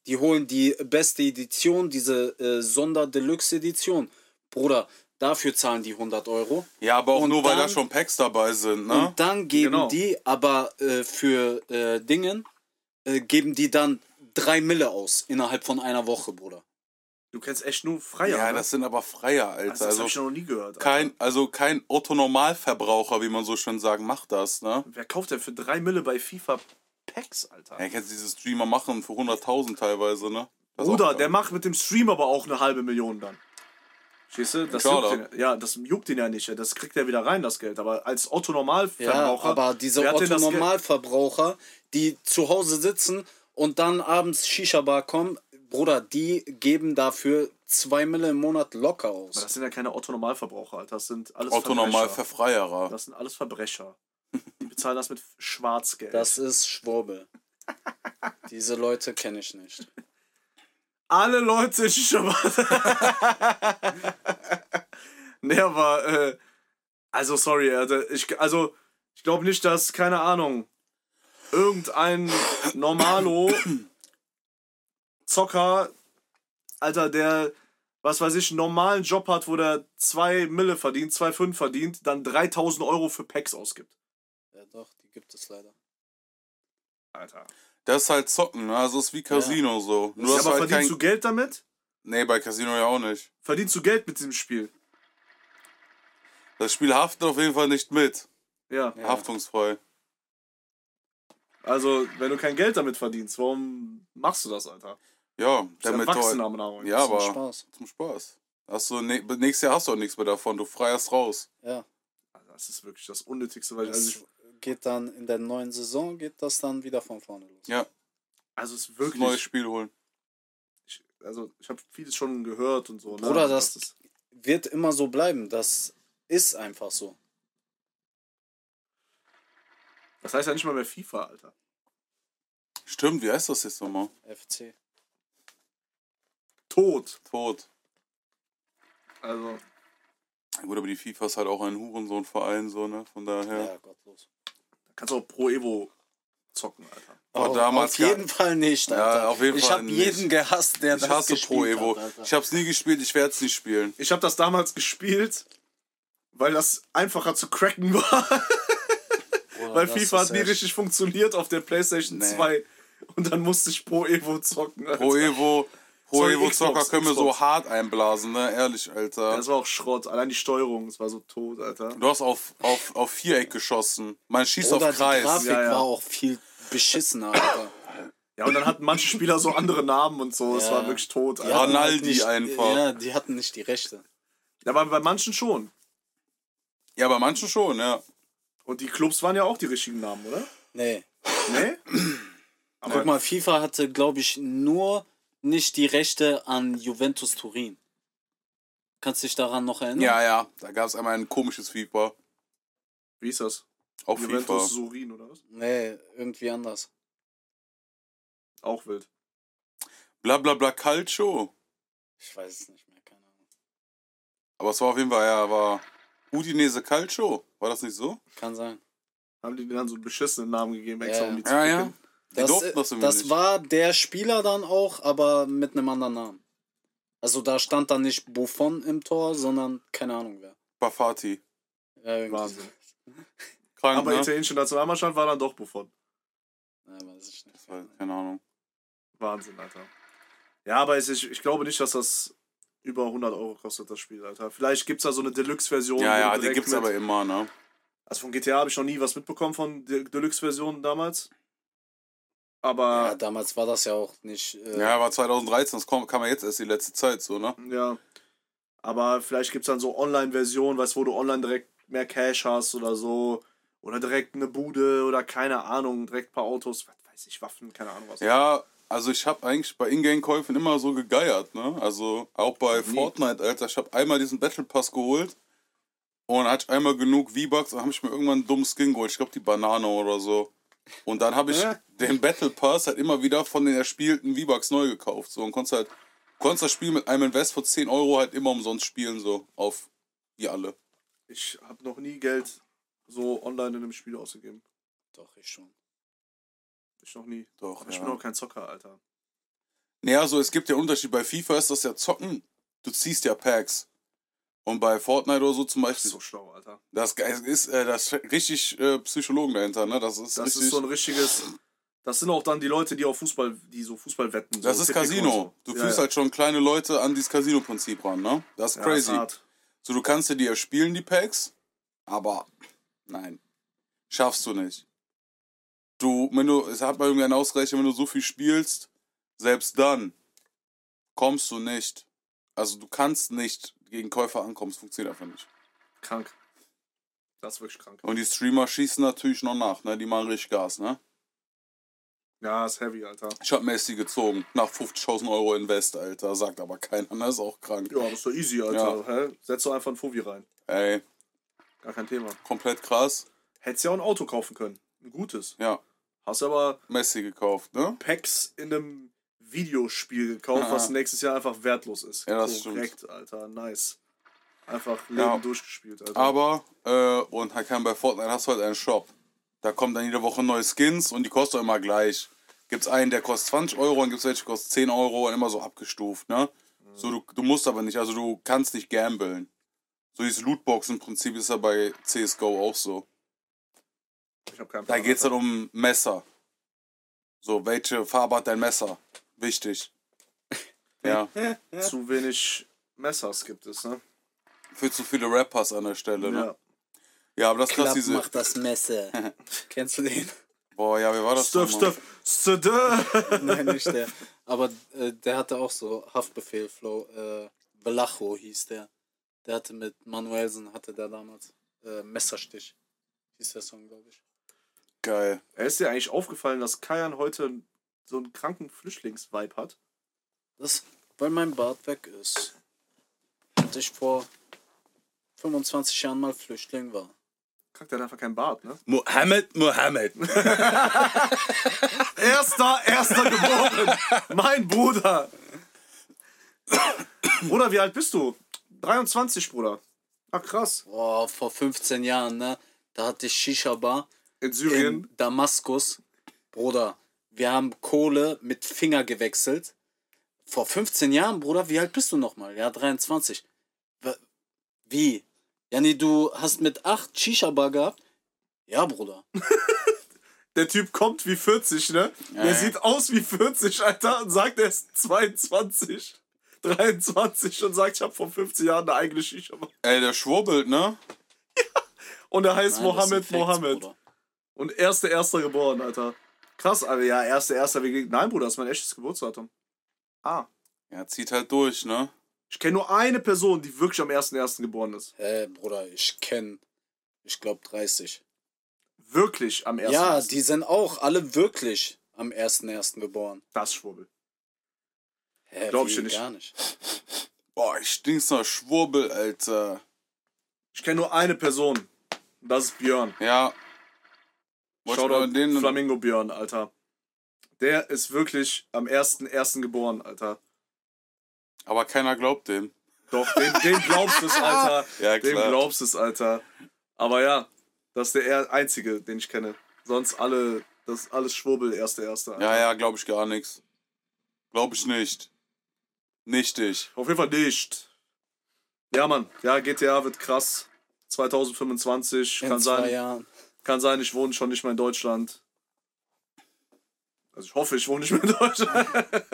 Speaker 5: Die holen die beste Edition, diese Sonder-Deluxe-Edition. Bruder, dafür zahlen die 100 Euro.
Speaker 4: Ja, aber auch
Speaker 5: Und
Speaker 4: nur, weil da
Speaker 5: dann-
Speaker 4: schon Packs dabei sind, ne?
Speaker 5: Und dann geben
Speaker 3: Genau.
Speaker 5: die aber für geben die dann 3 Mille aus innerhalb von einer Woche, Bruder.
Speaker 3: Du kennst echt nur Freier.
Speaker 4: Ja,
Speaker 3: ne?
Speaker 4: das sind aber Freier, Alter.
Speaker 3: das
Speaker 4: Also
Speaker 3: hab ich noch nie gehört. Alter.
Speaker 4: kein Otto-Normalverbraucher, wie man so schön sagt, macht das, ne?
Speaker 3: Wer kauft denn für 3 Mille bei FIFA Packs, Alter?
Speaker 4: Ja, kennst du diese Streamer machen für 100.000 teilweise, ne? Das ist
Speaker 3: Bruder,
Speaker 4: auch
Speaker 3: der
Speaker 4: geil.
Speaker 3: macht mit dem Stream aber auch 1/2 Million dann. Verstehst du? Das
Speaker 4: Klar,
Speaker 3: juckt den, ja, das juckt ihn ja nicht. Das kriegt er wieder rein, das Geld. Aber als Otto
Speaker 5: Ja,
Speaker 3: Normalverbraucher.
Speaker 5: aber diese
Speaker 3: wer hat denn das Geld-
Speaker 5: Otto-Normalverbraucher, die zu Hause sitzen und dann abends Shisha-Bar kommen, Bruder, die geben dafür 2 Mille im Monat locker
Speaker 3: Aber
Speaker 5: aus.
Speaker 3: das sind ja keine Otto Normalverbraucher, Alter. Das sind alles
Speaker 4: Otto-Normal-Verfreierer.
Speaker 3: Das sind alles Verbrecher. Die bezahlen das mit Schwarzgeld.
Speaker 5: Das ist Schwurbel. Diese Leute kenne ich nicht.
Speaker 3: Alle Leute schon mal. Nee, aber, also sorry, Alter. Ich glaube nicht, dass, keine Ahnung, irgendein Normalo Zocker, Alter, der, was weiß ich, einen normalen Job hat, wo der 2 Mille verdient, 2,5 verdient, dann 3.000 Euro für Packs ausgibt.
Speaker 5: Ja doch, die gibt es leider.
Speaker 3: Alter.
Speaker 4: Das ist halt Zocken, ne? Also ist wie Casino so. Nur
Speaker 3: Ja,
Speaker 4: dass
Speaker 3: aber
Speaker 4: halt
Speaker 3: verdienst du Geld damit?
Speaker 4: Nee, bei Casino ja auch nicht.
Speaker 3: Verdienst du Geld mit diesem Spiel?
Speaker 4: Das Spiel haftet auf jeden Fall nicht mit.
Speaker 3: Ja.
Speaker 5: Ja.
Speaker 4: Haftungsfrei.
Speaker 3: Also, wenn du kein Geld damit verdienst, warum machst du das, Alter?
Speaker 4: Ja,
Speaker 3: Das ist
Speaker 4: damit du halt,
Speaker 3: Erwachsenennahrung.
Speaker 4: ja, aber
Speaker 5: Spaß.
Speaker 4: zum Spaß. Hast du nächstes Jahr hast du auch nichts mehr davon. Du freierst raus.
Speaker 5: Ja.
Speaker 3: Also, das ist wirklich das Unnötigste, weil
Speaker 5: Das geht dann in der neuen Saison, geht das dann wieder von vorne los.
Speaker 4: Ja,
Speaker 3: also es ist
Speaker 4: ein
Speaker 3: wirklich.
Speaker 4: neues Spiel holen.
Speaker 3: Ich habe vieles schon gehört und so. Ne?
Speaker 5: Bruder,
Speaker 3: Also
Speaker 5: das
Speaker 3: ist,
Speaker 5: wird immer so bleiben. Das ist einfach so.
Speaker 3: das heißt ja nicht mal mehr FIFA, Alter.
Speaker 4: Stimmt, wie heißt das jetzt nochmal?
Speaker 5: FC.
Speaker 3: Tot.
Speaker 4: Tot.
Speaker 3: Also,
Speaker 4: Gut, aber die FIFA ist halt auch ein Hurensohn-Verein, so, ne? Von daher.
Speaker 5: Ja, gottlos.
Speaker 3: da kannst du auch Pro Evo zocken, Alter.
Speaker 4: Boah,
Speaker 5: Auf,
Speaker 4: damals
Speaker 5: auf jeden Fall nicht, Alter.
Speaker 4: Ja, auf jeden
Speaker 5: ich
Speaker 4: Fall
Speaker 5: habe
Speaker 4: nicht.
Speaker 5: jeden gehasst, der
Speaker 4: Ich
Speaker 5: das
Speaker 4: hasse
Speaker 5: gespielt
Speaker 4: Pro Evo.
Speaker 5: hat, Alter.
Speaker 4: Ich hab's nie gespielt, ich werde es nicht spielen.
Speaker 3: Ich habe das damals gespielt, weil das einfacher zu cracken war.
Speaker 5: Bruder,
Speaker 3: weil
Speaker 5: das
Speaker 3: FIFA
Speaker 5: ist
Speaker 3: hat nie
Speaker 5: echt-
Speaker 3: richtig funktioniert auf der PlayStation
Speaker 4: Nee.
Speaker 3: 2. Und dann musste ich Pro Evo zocken, Alter.
Speaker 4: Pro
Speaker 3: Sorry,
Speaker 4: Evo-Zocker
Speaker 3: Xbox,
Speaker 4: können wir so
Speaker 3: Xbox.
Speaker 4: hart einblasen, ne? Ehrlich, Alter.
Speaker 3: Das war auch Schrott. Allein die Steuerung, das war so tot, Alter.
Speaker 4: Du hast auf Viereck geschossen. Man schießt
Speaker 5: Oder
Speaker 4: auf
Speaker 5: die
Speaker 4: Kreis.
Speaker 5: Grafik
Speaker 3: Ja, ja.
Speaker 5: war auch viel beschissener, Alter.
Speaker 3: Ja, und dann hatten manche Spieler so andere Namen und so. Das
Speaker 5: Ja.
Speaker 3: war wirklich tot,
Speaker 5: Die
Speaker 3: Alter.
Speaker 5: hatten
Speaker 4: Ronaldi
Speaker 5: nicht,
Speaker 4: einfach.
Speaker 5: Ja, die hatten nicht die Rechte.
Speaker 3: Ja, aber bei manchen schon.
Speaker 4: Ja, bei manchen schon, ja.
Speaker 3: Und die Clubs waren ja auch die richtigen Namen, oder?
Speaker 5: Nee.
Speaker 3: Nee?
Speaker 5: Guck mal, FIFA hatte, glaube ich, nur nicht die Rechte an Juventus Turin. Kannst du dich daran noch erinnern?
Speaker 4: Ja, da gab es einmal ein komisches FIFA.
Speaker 3: Wie ist das?
Speaker 4: Auf
Speaker 3: Juventus
Speaker 4: FIFA.
Speaker 3: Surin, oder was?
Speaker 5: Nee, irgendwie anders.
Speaker 3: Auch wild.
Speaker 4: Blablabla Calcio.
Speaker 5: Ich weiß es nicht mehr, keine Ahnung.
Speaker 4: Aber es war auf jeden Fall, ja, war Udinese Calcio. War das nicht so?
Speaker 5: Kann sein.
Speaker 3: Haben die denen so einen beschissenen Namen gegeben, extra
Speaker 5: Ja.
Speaker 3: um die zu
Speaker 4: Ja, ja.
Speaker 3: ficken?
Speaker 4: Die durften das irgendwie
Speaker 5: das
Speaker 4: nicht.
Speaker 5: war der Spieler dann auch, aber mit einem anderen Namen. Also da stand dann nicht Buffon im Tor, sondern keine Ahnung wer.
Speaker 4: Bafati.
Speaker 5: Ja, irgendwie.
Speaker 3: Wahnsinn.
Speaker 4: Krank,
Speaker 3: Aber
Speaker 4: ne?
Speaker 3: italienische Nationalmannschaft war dann doch Buffon.
Speaker 5: Ja, weiß ich nicht.
Speaker 4: Keine Ahnung.
Speaker 3: Wahnsinn, Alter. Ja, aber ich glaube nicht, dass das über 100 Euro kostet, das Spiel, Alter. Vielleicht gibt es da so eine Deluxe-Version.
Speaker 4: Ja,
Speaker 3: wo
Speaker 4: ja,
Speaker 3: du
Speaker 4: die
Speaker 3: direkt
Speaker 4: gibt's
Speaker 3: mit-
Speaker 4: aber immer, ne?
Speaker 3: Also von GTA habe ich noch nie was mitbekommen von Deluxe-Versionen damals.
Speaker 5: Ja,
Speaker 3: Aber,
Speaker 5: damals war das ja auch nicht.
Speaker 4: Ja, war 2013, das kam ja jetzt erst die letzte Zeit so, ne?
Speaker 3: ja. Aber vielleicht gibt es dann so Online-Versionen, weißt du, wo du online direkt mehr Cash hast oder so. Oder direkt eine Bude oder keine Ahnung, direkt ein paar Autos, was weiß ich, Waffen, keine Ahnung was.
Speaker 4: Ja, also ich habe eigentlich bei Ingame-Käufen immer so gegeiert, ne? Also auch bei
Speaker 3: Nie.
Speaker 4: Fortnite, Alter. Ich habe einmal diesen Battle Pass geholt und dann hatte ich einmal genug V-Bucks und habe ich mir irgendwann einen dummen Skin geholt. Ich glaube die Banane oder so. Und dann habe ich den Battle Pass halt immer wieder von den erspielten V-Bucks neu gekauft. So, und konntest das Spiel mit einem Invest von 10 Euro halt immer umsonst spielen, so auf wie alle.
Speaker 3: Ich habe noch nie Geld so online in einem Spiel ausgegeben.
Speaker 5: Doch, ich schon.
Speaker 3: Ich noch nie.
Speaker 4: Doch,
Speaker 3: Aber ich
Speaker 4: ja.
Speaker 3: bin auch kein Zocker, Alter.
Speaker 4: Naja, also es gibt ja einen Unterschied. Bei FIFA ist das ja Zocken. Du ziehst ja Packs. Und bei Fortnite oder so zum
Speaker 3: Das
Speaker 4: Beispiel.
Speaker 3: ist so schlau, Alter.
Speaker 4: Das ist richtig Psychologen dahinter, ne? Das ist
Speaker 3: so ein richtiges. Das sind auch dann die Leute, die so Fußball wetten.
Speaker 4: Das
Speaker 3: so
Speaker 4: ist
Speaker 3: Tipico
Speaker 4: Casino.
Speaker 3: und so.
Speaker 4: Du führst halt schon kleine Leute an dieses Casino-Prinzip ran, ne? Das ist
Speaker 3: Ja,
Speaker 4: crazy.
Speaker 3: ist hart.
Speaker 4: So, du kannst dir die erspielen, die Packs, aber nein, schaffst du nicht. Es hat mal irgendeine Ausrechnung, wenn du so viel spielst, selbst dann kommst du nicht. Also du kannst nicht gegen Käufer ankommen, es funktioniert einfach nicht.
Speaker 3: Krank. Das ist wirklich krank.
Speaker 4: Und die Streamer schießen natürlich noch nach, ne? Die machen richtig Gas, ne?
Speaker 3: Ja, ist heavy, Alter.
Speaker 4: Ich hab Messi gezogen, nach 50.000 Euro Invest, Alter. Sagt aber keiner, das ist auch krank.
Speaker 3: Ja, das ist doch easy, Alter. Hä? Setz doch einfach ein Fovi rein.
Speaker 4: Ey,
Speaker 3: Gar kein Thema.
Speaker 4: komplett krass.
Speaker 3: Hättest ja auch ein Auto kaufen können. Ein gutes.
Speaker 4: Ja,
Speaker 3: Hast aber
Speaker 4: Messi gekauft, ne?
Speaker 3: Packs in einem Videospiel gekauft, was nächstes Jahr einfach wertlos ist.
Speaker 4: Ja, das
Speaker 3: Korrekt,
Speaker 4: stimmt.
Speaker 3: Alter. Nice. Einfach Leben
Speaker 4: Ja.
Speaker 3: durchgespielt, Alter.
Speaker 4: Aber, und halt bei Fortnite hast du halt einen Shop. Da kommen dann jede Woche neue Skins und die kosten immer gleich. Gibt's einen, der kostet 20 Euro und gibt's welche, die kosten 10 Euro und immer so abgestuft, ne? So, du musst aber nicht, also du kannst nicht gambeln. So dieses Lootboxen-Prinzip ist ja bei CSGO auch so.
Speaker 3: Ich hab keinen
Speaker 4: Da
Speaker 3: Plan,
Speaker 4: geht's dann
Speaker 3: Alter.
Speaker 4: um Messer. So, welche Farbe hat dein Messer? Wichtig. Ja.
Speaker 3: Zu wenig Messers gibt es, ne?
Speaker 4: Für zu viele Rappers an der Stelle, ne?
Speaker 3: Ja.
Speaker 4: Ja, aber das ist krass,
Speaker 5: Klapp
Speaker 4: diese...
Speaker 5: macht das Messer. Kennst du den?
Speaker 4: Boah, ja, wie war das nochmal?
Speaker 5: Nein, nicht der. Aber der hatte auch so Haftbefehl-Flow. Belacho hieß der. Der hatte mit Manuelsen, hatte der damals Messerstich. Hieß der Song, glaube ich.
Speaker 4: Geil.
Speaker 3: Ist dir eigentlich aufgefallen, dass Kajan heute so einen kranken Flüchtlingsvibe hat?
Speaker 5: Das, weil mein Bart weg ist. Und ich vor 25 Jahren mal Flüchtling war.
Speaker 3: Krank, der hat einfach keinen Bart, ne?
Speaker 4: Mohammed.
Speaker 3: Erster geboren! Mein Bruder! Bruder, wie alt bist du? 23, Bruder. Ach, krass.
Speaker 5: Boah, vor 15 Jahren, ne? Da hatte ich Shisha-Bar
Speaker 3: In Syrien.
Speaker 5: in Damaskus. Bruder, wir haben Kohle mit Finger gewechselt. Vor 15 Jahren, Bruder, wie alt bist du nochmal? Ja, 23. Wie? Jani, du hast mit 8 Shisha-Bar gehabt? Ja, Bruder.
Speaker 3: Der Typ kommt wie 40, ne? Der sieht aus wie 40, Alter, und sagt, er ist 22, 23 und sagt, ich hab vor 15 Jahren eine eigene Shisha.
Speaker 4: Ey, der schwurbelt, ne?
Speaker 3: Und er heißt
Speaker 5: Nein, das sind
Speaker 3: Mohammed.
Speaker 5: Facts, Bruder.
Speaker 3: Und erster geboren, Alter. Krass, Alter, ja, erster. Nein, Bruder, das ist mein echtes Geburtsdatum. Ah.
Speaker 4: Ja, zieht halt durch, ne?
Speaker 3: Ich kenne nur eine Person, die wirklich am 1.1. geboren ist.
Speaker 5: Bruder, ich glaube 30.
Speaker 3: Wirklich am 1.1.
Speaker 5: Ja, die sind auch alle wirklich am 1.1. geboren.
Speaker 3: Das Schwurbel.
Speaker 5: Glaub
Speaker 3: ich
Speaker 5: ich
Speaker 3: nicht.
Speaker 5: Gar nicht.
Speaker 4: Boah, ich stink's nach Schwurbel, Alter.
Speaker 3: Ich kenne nur eine Person. Und das ist Björn.
Speaker 4: Ja. Wollte ich mal
Speaker 3: Shoutout
Speaker 4: den...
Speaker 3: Flamingo Björn, Alter. Der ist wirklich am 1.1. geboren, Alter.
Speaker 4: Aber keiner glaubt dem.
Speaker 3: Doch, dem glaubst du es, Alter.
Speaker 4: Ja,
Speaker 3: Dem
Speaker 4: klar.
Speaker 3: glaubst du es, Alter. Aber ja, das ist der einzige, den ich kenne. Sonst das ist alles Schwurbel, 1.1. Alter.
Speaker 4: Ja, glaub ich gar nichts. Glaub ich nicht. Nichtig.
Speaker 3: Auf jeden Fall nicht. Ja, Mann. Ja, GTA wird krass. 2025.
Speaker 5: In 2 Jahren.
Speaker 3: Kann sein, ich wohne schon nicht mehr in Deutschland. Also ich hoffe, ich wohne nicht mehr in Deutschland.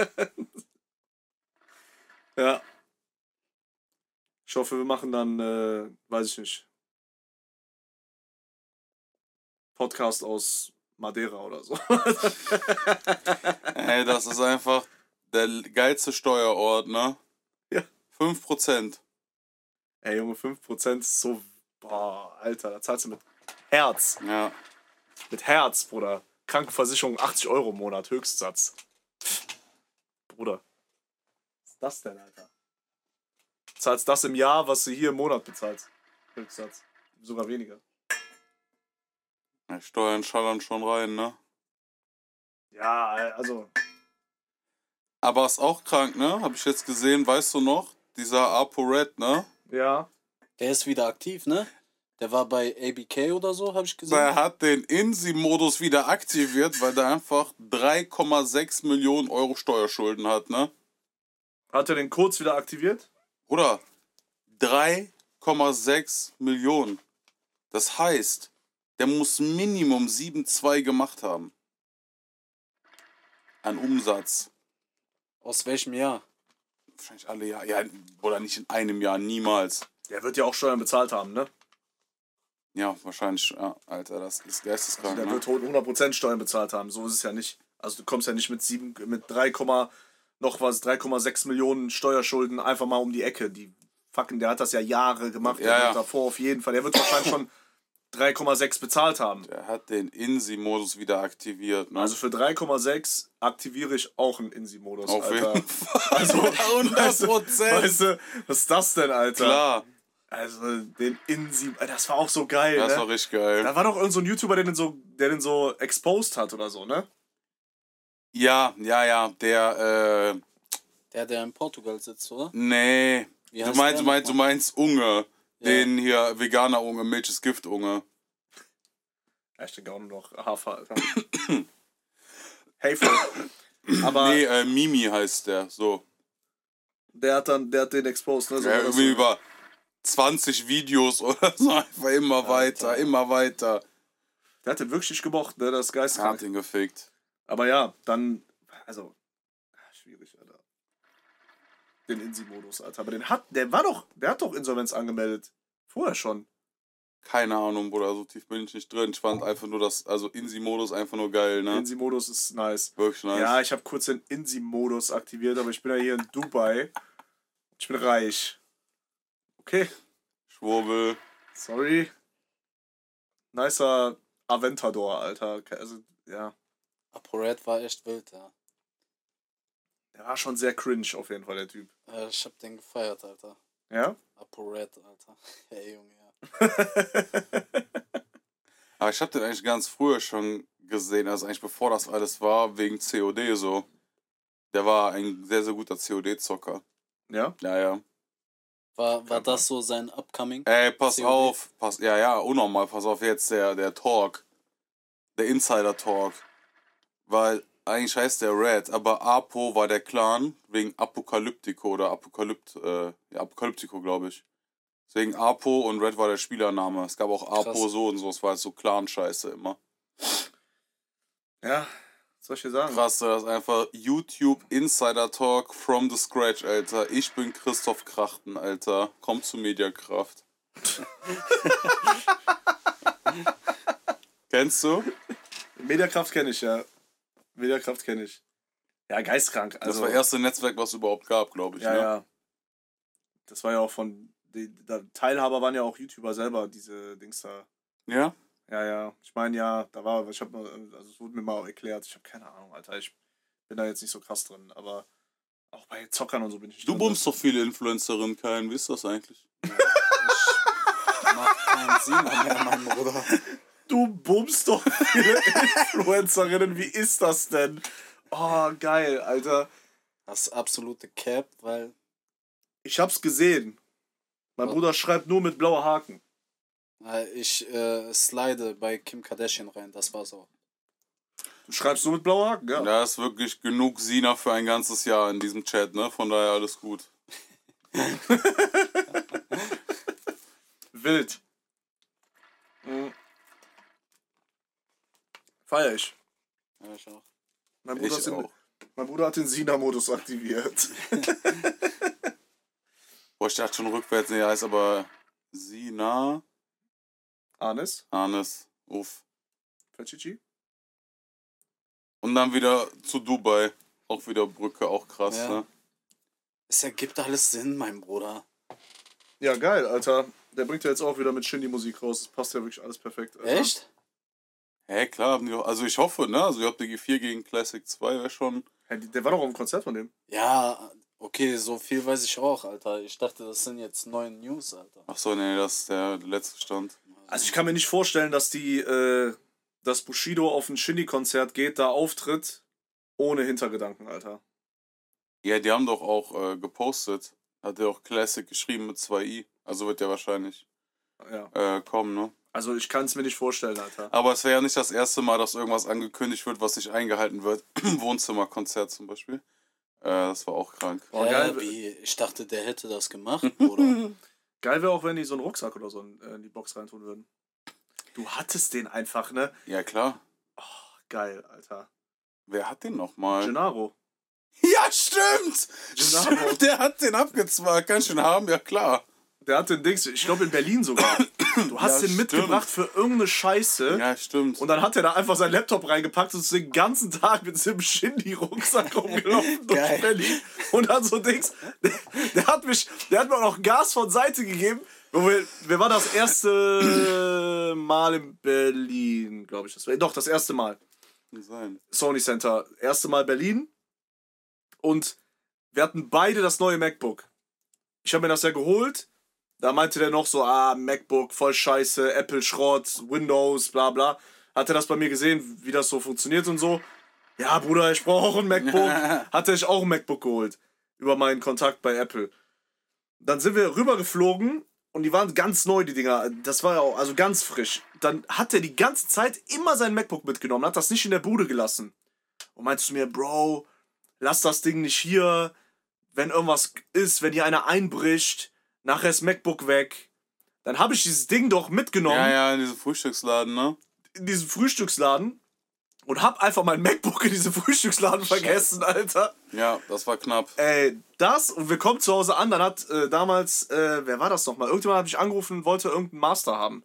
Speaker 3: Ja. Ich hoffe, wir machen dann, weiß ich nicht, Podcast aus Madeira oder so.
Speaker 4: Ey, das ist einfach der geilste Steuerort, ne?
Speaker 3: Ja.
Speaker 4: 5%.
Speaker 3: Ey, Junge, 5% ist so... Boah, Alter, da zahlst du mit Herz.
Speaker 4: Ja.
Speaker 3: Mit Herz, Bruder. Krankenversicherung 80 Euro im Monat, Höchstsatz. Bruder. Was ist das denn, Alter? Du zahlst das im Jahr, was du hier im Monat bezahlst. Höchstsatz. Sogar weniger.
Speaker 4: Ja, Steuern schallern schon rein, ne?
Speaker 3: Ja, also...
Speaker 4: Aber ist auch krank, ne? Hab ich jetzt gesehen, weißt du noch? Dieser ApoRed, ne?
Speaker 3: Ja.
Speaker 5: Der ist wieder aktiv, ne? Der war bei ABK oder so, habe ich gesehen.
Speaker 4: Der hat den INSI-Modus wieder aktiviert, weil der einfach 3,6 Millionen Euro Steuerschulden hat, ne?
Speaker 3: Hat er den kurz wieder aktiviert?
Speaker 4: Oder 3,6 Millionen. Das heißt, der muss Minimum 7,2 gemacht haben. An Umsatz.
Speaker 5: Aus welchem Jahr?
Speaker 4: Wahrscheinlich alle Jahre. Ja, oder nicht in einem Jahr, niemals.
Speaker 3: Der wird ja auch Steuern bezahlt haben, ne?
Speaker 4: Ja, wahrscheinlich. Ja, Alter, das ist geisteskrank.
Speaker 3: Der
Speaker 4: Ne?
Speaker 3: wird 100% Steuern bezahlt haben. So ist es ja nicht. Also du kommst ja nicht mit 3,6 Millionen Steuerschulden einfach mal um die Ecke. Der hat das ja Jahre gemacht.
Speaker 4: Ja,
Speaker 3: der
Speaker 4: ja.
Speaker 3: wird davor auf jeden Fall. Der wird wahrscheinlich schon 3,6 bezahlt haben.
Speaker 4: Der hat den INSI-Modus wieder aktiviert. Ne?
Speaker 3: Also für 3,6 aktiviere ich auch einen INSI-Modus,
Speaker 4: auf
Speaker 3: Alter.
Speaker 4: jeden Fall.
Speaker 3: Also
Speaker 4: 100%.
Speaker 3: Weißt du, was ist das denn, Alter?
Speaker 4: Klar,
Speaker 3: Also den INSI, das war auch so geil,
Speaker 4: das
Speaker 3: ne?
Speaker 4: war richtig geil.
Speaker 3: Da war doch irgend so ein YouTuber, der den so exposed hat oder so, ne?
Speaker 4: Ja, der,
Speaker 5: Der in Portugal sitzt, oder?
Speaker 4: nee.
Speaker 5: Wie
Speaker 4: Du
Speaker 5: heißt
Speaker 4: meinst,
Speaker 5: der
Speaker 4: du meinst Unge.
Speaker 5: Ja.
Speaker 4: Den hier Veganer-Unge, Milch ist Gift-Unge.
Speaker 3: Ja, ich denke auch nur noch Hafer, Alter. Hateful. Aber
Speaker 4: Nee, Mimi heißt der, so.
Speaker 3: der hat den exposed, ne? So
Speaker 4: Ja,
Speaker 3: war das
Speaker 4: irgendwie
Speaker 3: so.
Speaker 4: über 20 Videos oder so, einfach immer weiter, immer weiter.
Speaker 3: Der hat den wirklich nicht gemocht, ne? Das ist
Speaker 4: Hat
Speaker 3: geisteskrank.
Speaker 4: ihn gefickt.
Speaker 3: Aber ja, dann, also, schwierig, Alter. Den INSI-Modus, Alter. Aber der hat doch Insolvenz angemeldet. Vorher schon.
Speaker 4: Keine Ahnung, Bruder, so tief bin ich nicht drin. Ich fand einfach nur das, also INSI-Modus einfach nur geil, ne?
Speaker 3: INSI-Modus ist nice.
Speaker 4: Wirklich nice.
Speaker 3: Ja, ich habe kurz den INSI-Modus aktiviert, aber ich bin ja hier in Dubai. Ich bin reich. Okay,
Speaker 4: Schwurbel.
Speaker 3: sorry. Nicer Aventador, Alter. Also, ja.
Speaker 5: ApoRed war echt wild, ja.
Speaker 3: Der war schon sehr cringe auf jeden Fall, der Typ.
Speaker 5: Ich hab den gefeiert, Alter.
Speaker 3: Ja?
Speaker 5: ApoRed, Alter. Hey, Junge, ja.
Speaker 4: Aber ich hab den eigentlich ganz früher schon gesehen, also eigentlich bevor das alles war, wegen COD so. Der war ein sehr, sehr guter COD-Zocker.
Speaker 3: Ja?
Speaker 4: Ja, ja.
Speaker 5: War das so sein Upcoming?
Speaker 4: Ey, pass
Speaker 5: COD?
Speaker 4: auf. Ja, unnormal, pass auf jetzt, der Talk. Der Insider-Talk. Weil eigentlich heißt der Red, aber Apo war der Clan wegen Apokalyptico oder Apokalyptico, glaube ich. Deswegen Apo und Red war der Spielername. Es gab auch Apo
Speaker 5: Krass.
Speaker 4: so und so, es war halt so Clan-Scheiße immer.
Speaker 3: Ja, was soll ich dir sagen?
Speaker 4: Krass, das ist einfach YouTube Insider Talk from the scratch, Alter. Ich bin Christoph Krachten, Alter. Komm zu Mediakraft. Kennst du?
Speaker 3: Mediakraft kenne ich, ja. Mediakraft kenne ich. Ja, geistkrank. Also,
Speaker 4: Das war das erste Netzwerk, was es überhaupt gab, glaube ich.
Speaker 3: ja,
Speaker 4: ne?
Speaker 3: ja. Das war ja auch Teilhaber waren ja auch YouTuber selber, diese Dings da.
Speaker 4: Ja?
Speaker 3: Ja, ja. Ich meine, ja, also es wurde mir mal erklärt. Ich habe keine Ahnung, Alter. Ich bin da jetzt nicht so krass drin, aber auch bei Zockern und so bin ich nicht
Speaker 4: Du
Speaker 3: drin.
Speaker 4: bummst doch viele Influencerinnen, Kein. Wie ist das eigentlich?
Speaker 5: Macht keinen Sinn mehr, mein Bruder.
Speaker 3: Du bummst doch viele Influencerinnen. Wie ist das denn? Oh, geil, Alter.
Speaker 5: Das ist absolute Cap, weil
Speaker 3: Ich hab's gesehen. Mein Bruder schreibt nur mit blauer Haken.
Speaker 5: ich slide bei Kim Kardashian rein, das war's auch.
Speaker 3: Du schreibst nur mit blauer Haken, ja.
Speaker 4: Da ist wirklich genug Sina für ein ganzes Jahr in diesem Chat, ne? Von daher alles gut.
Speaker 3: Wild. Mhm. Feier ich.
Speaker 5: Ja, ich auch.
Speaker 3: Mein
Speaker 4: Ich
Speaker 3: Bruder,
Speaker 4: auch.
Speaker 3: mein Bruder hat den Sina-Modus aktiviert.
Speaker 4: Boah, ich dachte schon rückwärts, nee, heißt aber Sina
Speaker 3: Anis?
Speaker 4: Anis. Uff.
Speaker 3: Fachichi?
Speaker 4: Und dann wieder zu Dubai. Auch wieder Brücke, auch krass,
Speaker 5: Ja.
Speaker 4: ne?
Speaker 5: Es ergibt alles Sinn, mein Bruder.
Speaker 3: Ja, geil, Alter. Der bringt ja jetzt auch wieder mit Shindy Musik raus. Das passt ja wirklich alles perfekt. Alter.
Speaker 5: Echt?
Speaker 4: Hä, klar, haben die doch, also ich hoffe, ne? Also JBG 4 gegen Classic 2 wäre schon.
Speaker 3: Ja, der war doch auf dem Konzert von dem.
Speaker 5: Ja, okay, so viel weiß ich auch, Alter. Ich dachte, das sind jetzt neue News, Alter.
Speaker 4: Achso, nee, das ist der letzte Stand.
Speaker 3: Also ich kann mir nicht vorstellen, dass dass Bushido auf ein Shindy-Konzert geht, da auftritt, ohne Hintergedanken, Alter.
Speaker 4: Ja, die haben doch auch gepostet. Hat er auch Classic geschrieben mit 2i. Also wird der wahrscheinlich kommen, ne?
Speaker 3: Also ich kann es mir nicht vorstellen, Alter.
Speaker 4: Aber es wäre ja nicht das erste Mal, dass irgendwas angekündigt wird, was nicht eingehalten wird. Wohnzimmerkonzert zum Beispiel. Das war auch krank.
Speaker 3: Oh, geil.
Speaker 5: Wie? Ich dachte, der hätte das gemacht, oder?
Speaker 3: Geil wäre auch, wenn die so einen Rucksack oder so in die Box reintun würden. Du hattest den einfach, ne?
Speaker 4: Ja, klar.
Speaker 3: Geil, Alter.
Speaker 4: Wer hat den nochmal?
Speaker 3: Gennaro.
Speaker 4: Ja, stimmt!
Speaker 3: Gennaro.
Speaker 4: Stimmt, der hat den abgezwackt. Kann ich den haben? Ja, klar.
Speaker 3: Der hat den Dings, ich glaube in Berlin sogar. Du hast
Speaker 4: Ja,
Speaker 3: den
Speaker 4: stimmt.
Speaker 3: mitgebracht für irgendeine Scheiße.
Speaker 4: Ja, stimmt.
Speaker 3: Und dann hat er da einfach seinen Laptop reingepackt und ist den ganzen Tag mit diesem Shindy-Rucksack rumgelaufen durch
Speaker 5: Geil.
Speaker 3: Berlin. Und dann so Dings. Der hat mir auch noch Gas von Seite gegeben. Wir waren das erste Mal in Berlin, glaube ich. Doch, das erste Mal.
Speaker 4: Kann sein.
Speaker 3: Sony Center. Erste Mal Berlin. Und wir hatten beide das neue MacBook. Ich habe mir das ja geholt. Da meinte der noch so, MacBook, voll scheiße, Apple Schrott, Windows, bla bla. Hat er das bei mir gesehen, wie das so funktioniert und so. Ja, Bruder, ich brauche auch ein MacBook. Hat er sich auch ein MacBook geholt. Über meinen Kontakt bei Apple. Dann sind wir rübergeflogen und die waren ganz neu, die Dinger. Das war ja auch, also ganz frisch. Dann hat er die ganze Zeit immer sein MacBook mitgenommen, hat das nicht in der Bude gelassen. Und meinte zu mir, Bro, lass das Ding nicht hier. Wenn irgendwas ist, wenn hier einer einbricht, nachher ist MacBook weg. Dann habe ich dieses Ding doch mitgenommen.
Speaker 4: Ja, in diesem Frühstücksladen, ne?
Speaker 3: In diesem Frühstücksladen und hab einfach mein MacBook in diesem Frühstücksladen vergessen, Alter.
Speaker 4: Ja, das war knapp.
Speaker 3: Ey, das und wir kommen zu Hause an, dann hat damals, wer war das nochmal? Irgendjemand hat mich angerufen und wollte irgendeinen Master haben.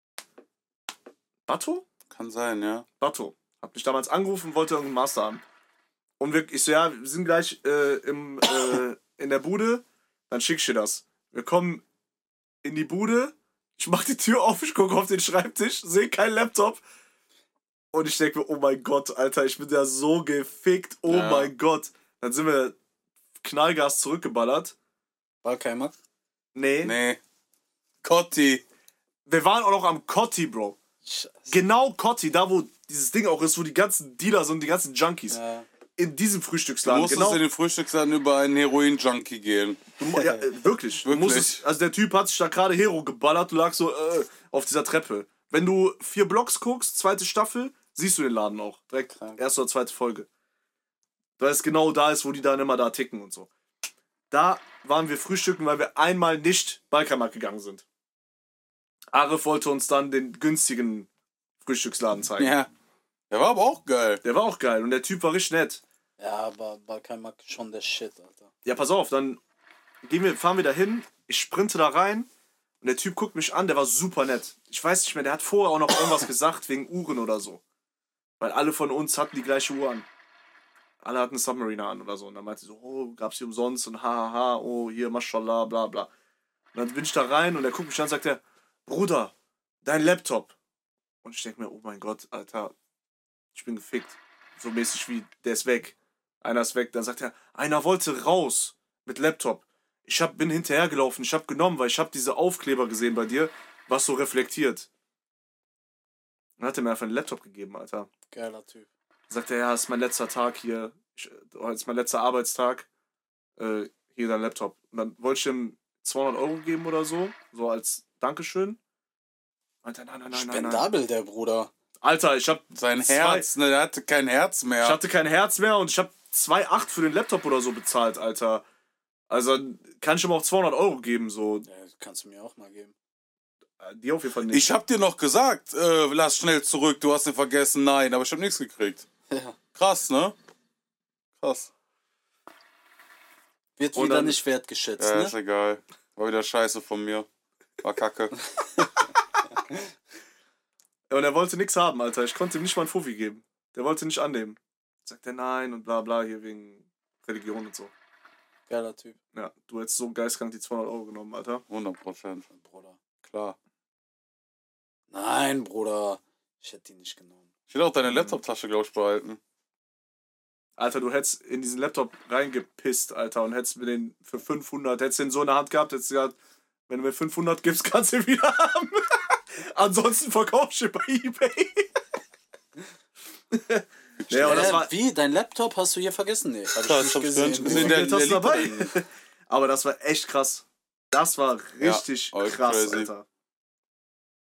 Speaker 3: Batto?
Speaker 4: Kann sein, ja.
Speaker 3: Batto. Hat mich damals angerufen und wollte irgendeinen Master haben. Und ich so, ja, wir sind gleich in der Bude, dann schick ich dir das. Wir kommen in die Bude, ich mach die Tür auf, ich gucke auf den Schreibtisch, sehe keinen Laptop. Und ich denke mir, oh mein Gott, Alter, ich bin ja so gefickt, oh
Speaker 4: Ja.
Speaker 3: mein Gott. Dann sind wir Knallgas zurückgeballert.
Speaker 5: War kein Mack?
Speaker 3: Nee.
Speaker 4: Nee. Cotti.
Speaker 3: Wir waren auch noch am Cotti, Bro.
Speaker 5: Scheiße.
Speaker 3: Genau Cotti, da wo dieses Ding auch ist, wo die ganzen Dealer sind, die ganzen Junkies.
Speaker 5: Ja.
Speaker 3: In diesem
Speaker 4: Du
Speaker 3: Frühstücksladen.
Speaker 4: musstest
Speaker 3: Genau.
Speaker 4: in den Frühstücksladen über einen Heroin-Junkie gehen.
Speaker 3: Ja, wirklich. Du
Speaker 4: Wirklich.
Speaker 3: musstest, also der Typ hat sich da gerade Hero geballert, du lagst so auf dieser Treppe. Wenn du 4 Blocks guckst, 2. Staffel, siehst du den Laden auch. Direkt
Speaker 5: Krank.
Speaker 3: 1. oder 2. Folge. Weil es genau da ist, wo die dann immer da ticken und so. Da waren wir frühstücken, weil wir einmal nicht Balkanmarkt gegangen sind. Arif wollte uns dann den günstigen Frühstücksladen zeigen.
Speaker 4: Ja. Der war aber auch geil.
Speaker 3: Der war auch geil und der Typ war richtig nett.
Speaker 5: Ja, aber war kein Mack schon der Shit, Alter.
Speaker 3: Ja, pass auf, dann fahren wir da hin, ich sprinte da rein und der Typ guckt mich an, der war super nett. Ich weiß nicht mehr, der hat vorher auch noch irgendwas gesagt wegen Uhren oder so. Weil alle von uns hatten die gleiche Uhr an. Alle hatten Submariner an oder so. Und dann meinte sie so, oh, gab's hier umsonst und haha, oh, hier, mashallah, bla bla. Und dann bin ich da rein und er guckt mich an und sagt er, Bruder, dein Laptop. Und ich denke mir, oh mein Gott, Alter, ich bin gefickt. So mäßig wie, der ist weg. Einer ist weg. Dann sagt er, einer wollte raus mit Laptop. Bin hinterhergelaufen, ich habe genommen, weil ich habe diese Aufkleber gesehen bei dir, was so reflektiert. Dann hat er mir einfach einen Laptop gegeben, Alter.
Speaker 5: Geiler Typ.
Speaker 3: Dann sagt er, ja, ist mein letzter Tag hier. Heute ist mein letzter Arbeitstag. Hier dein Laptop. Und dann wollte ich ihm 200 Euro geben oder so. So als Dankeschön. Meinte er, nein.
Speaker 5: Spendabel, der Bruder.
Speaker 3: Alter, ich hab
Speaker 4: Sein Herz, ne, der hatte kein Herz mehr.
Speaker 3: Ich hatte kein Herz mehr und ich habe 2,8 für den Laptop oder so bezahlt, Alter. Also kann ich ihm auch 200 Euro geben, so.
Speaker 5: Ja, kannst du mir auch mal geben.
Speaker 3: Die auf jeden Fall nicht.
Speaker 4: Ich hab dir noch gesagt, lass schnell zurück, du hast ihn vergessen. Nein, aber ich hab nichts gekriegt.
Speaker 5: Ja.
Speaker 4: Krass, ne? Krass.
Speaker 5: Wird
Speaker 3: Und
Speaker 5: wieder
Speaker 3: dann-
Speaker 5: nicht wertgeschätzt,
Speaker 4: Ja, ist
Speaker 5: ne?
Speaker 4: egal. War wieder scheiße von mir. War kacke.
Speaker 3: Ja, und er wollte nichts haben, Alter. Ich konnte ihm nicht mal einen Fuffi geben. Der wollte nicht annehmen. Sagt er nein und bla bla hier wegen Religion und so.
Speaker 5: Geiler Typ.
Speaker 3: Ja, du hättest so geistkrank die 200 Euro genommen, Alter.
Speaker 4: 100%.
Speaker 5: Bruder.
Speaker 4: Klar.
Speaker 5: Nein, Bruder. Ich hätte die nicht genommen.
Speaker 4: Ich hätte auch deine Laptop-Tasche, glaube ich, behalten.
Speaker 3: Alter, du hättest in diesen Laptop reingepisst, Alter, und hättest mir den für 500, hättest den so in der Hand gehabt, hättest gesagt, wenn du mir 500 gibst, kannst du ihn wieder haben. Ansonsten verkaufst du ihn bei eBay. Ja, aber das war...
Speaker 5: Wie? Dein Laptop hast du hier vergessen? Nee, hab ich
Speaker 4: Krass,
Speaker 5: nicht
Speaker 4: hab's
Speaker 5: gesehen.
Speaker 4: gar nicht
Speaker 3: Wie viel
Speaker 4: gesehen.
Speaker 3: Geld hast du
Speaker 4: der
Speaker 3: dabei?
Speaker 4: liegt
Speaker 3: Aber das war echt krass. Das war richtig
Speaker 4: Ja,
Speaker 3: krass,
Speaker 4: crazy.
Speaker 3: Alter.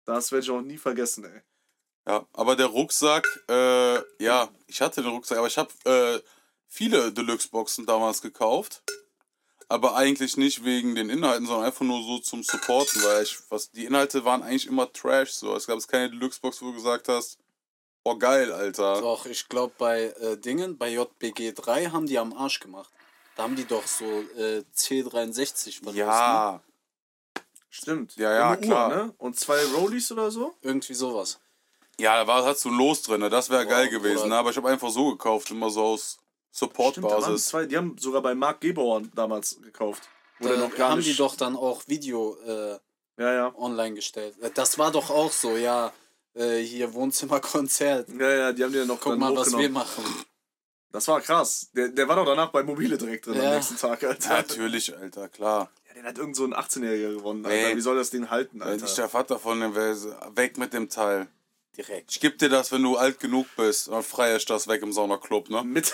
Speaker 3: Das werde ich auch nie vergessen, ey.
Speaker 4: Ja, aber der Rucksack, ja, ich hatte den Rucksack, aber ich habe viele Deluxe-Boxen damals gekauft. Aber eigentlich nicht wegen den Inhalten, sondern einfach nur so zum Supporten, weil die Inhalte waren eigentlich immer Trash. So. Es gab jetzt keine Deluxe-Box, wo du gesagt hast, boah, geil, Alter.
Speaker 5: Doch, ich glaube bei bei JBG 3 haben die am Arsch gemacht. Da haben die doch so C63 verlost, ne?
Speaker 4: Ja,
Speaker 3: Stimmt.
Speaker 4: Ja,
Speaker 3: Und eine
Speaker 4: klar.
Speaker 3: Uhr, ne? Und 2 Rollies oder so?
Speaker 5: Irgendwie sowas.
Speaker 4: ja, hast du ein Los drin, ne? Das wäre
Speaker 5: Wow,
Speaker 4: geil gewesen,
Speaker 5: oder-
Speaker 4: ne? Aber ich habe einfach so gekauft, immer so aus
Speaker 3: Stimmt, da waren
Speaker 4: Support-Basis.
Speaker 3: 2. Die haben sogar bei Marc Gebauer damals gekauft. Wo der
Speaker 5: Da
Speaker 3: noch gar
Speaker 5: haben
Speaker 3: nicht...
Speaker 5: die doch dann auch Video
Speaker 3: Ja, ja.
Speaker 5: online gestellt. Das war doch auch so, ja, hier Wohnzimmerkonzert.
Speaker 3: Ja, ja, die haben die ja noch
Speaker 5: Guck
Speaker 3: dann
Speaker 5: mal, was wir
Speaker 3: hochgenommen.
Speaker 5: machen.
Speaker 3: Das war krass. Der war doch danach bei Mobile direkt drin am
Speaker 5: Ja.
Speaker 3: nächsten Tag, Alter.
Speaker 4: Natürlich, Alter, klar.
Speaker 3: Ja, den hat irgend so ein 18-Jähriger gewonnen, Alter.
Speaker 4: Nee.
Speaker 3: Wie soll das Ding halten,
Speaker 4: Wenn ich
Speaker 3: Alter?
Speaker 4: der Vater von dem wäre, weg mit dem Teil.
Speaker 5: Direkt.
Speaker 4: Ich geb dir das, wenn du alt genug bist. Dann frei ist das weg im Saunaclub, ne?
Speaker 3: Mit.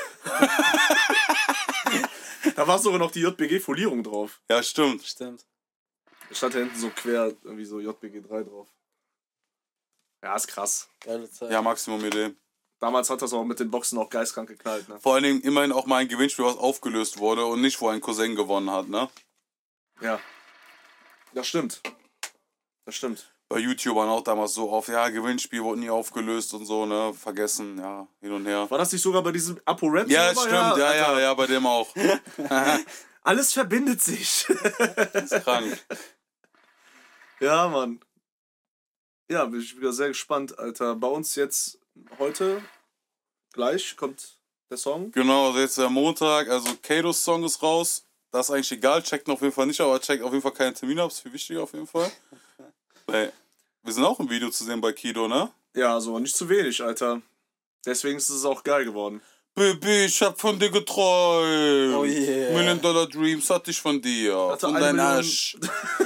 Speaker 3: Da war sogar noch die JBG-Folierung drauf.
Speaker 4: Ja, stimmt.
Speaker 5: Stimmt.
Speaker 3: Da stand da hinten so quer irgendwie so JBG 3 drauf. Ja, ist krass.
Speaker 5: Geile Zeit.
Speaker 4: Ja, Maximum-Idee.
Speaker 3: Damals hat das auch mit den Boxen auch geistkrank geknallt, ne?
Speaker 4: Vor allen Dingen immerhin auch mal ein Gewinnspiel, was aufgelöst wurde und nicht, wo ein Cousin gewonnen hat, ne?
Speaker 3: Ja. Das stimmt. Das stimmt.
Speaker 4: Bei YouTubern auch damals so oft, ja, Gewinnspiel wurde nie aufgelöst und so, ne? Vergessen, ja, hin und her.
Speaker 3: War das nicht sogar bei diesem Apo-Rap?
Speaker 4: Ja, stimmt, ja,
Speaker 3: Alter.
Speaker 4: ja, bei dem auch.
Speaker 3: Alles verbindet sich.
Speaker 4: Das ist krank.
Speaker 3: Ja, Mann. Ja, bin ich wieder sehr gespannt, Alter. Bei uns jetzt heute gleich kommt der Song.
Speaker 4: Genau, also jetzt der Montag, also Kados Song ist raus. Das ist eigentlich egal, checkt ihn auf jeden Fall nicht, aber checkt auf jeden Fall keine Termine ab, ist viel wichtiger auf jeden Fall. Ey, wir sind auch im Video zu sehen bei Kido, ne?
Speaker 3: Ja, so nicht zu wenig, Alter. Deswegen ist es auch geil geworden.
Speaker 4: Baby, ich hab von dir geträumt.
Speaker 5: Oh yeah.
Speaker 4: $1 Million Dreams hatte ich von dir.
Speaker 3: Hatte
Speaker 4: Von
Speaker 3: 1
Speaker 4: deinem
Speaker 3: Million-
Speaker 4: Arsch.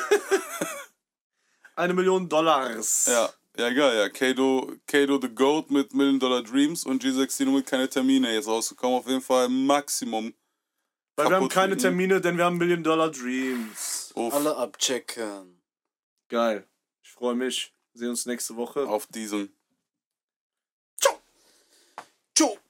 Speaker 3: $1 Million.
Speaker 4: Ja, ja, geil, ja. Kado the Goat mit $1 Million Dreams und G16 mit keine Termine jetzt rausgekommen. Auf jeden Fall Maximum.
Speaker 3: Weil wir haben
Speaker 4: Kaputt
Speaker 3: keine
Speaker 4: fliegen.
Speaker 3: Termine, denn wir haben $1 Million Dreams.
Speaker 4: Uff,
Speaker 5: Alle abchecken.
Speaker 3: Geil. Ich freue mich. Wir sehen uns nächste Woche.
Speaker 4: auf diesem.
Speaker 5: Ciao.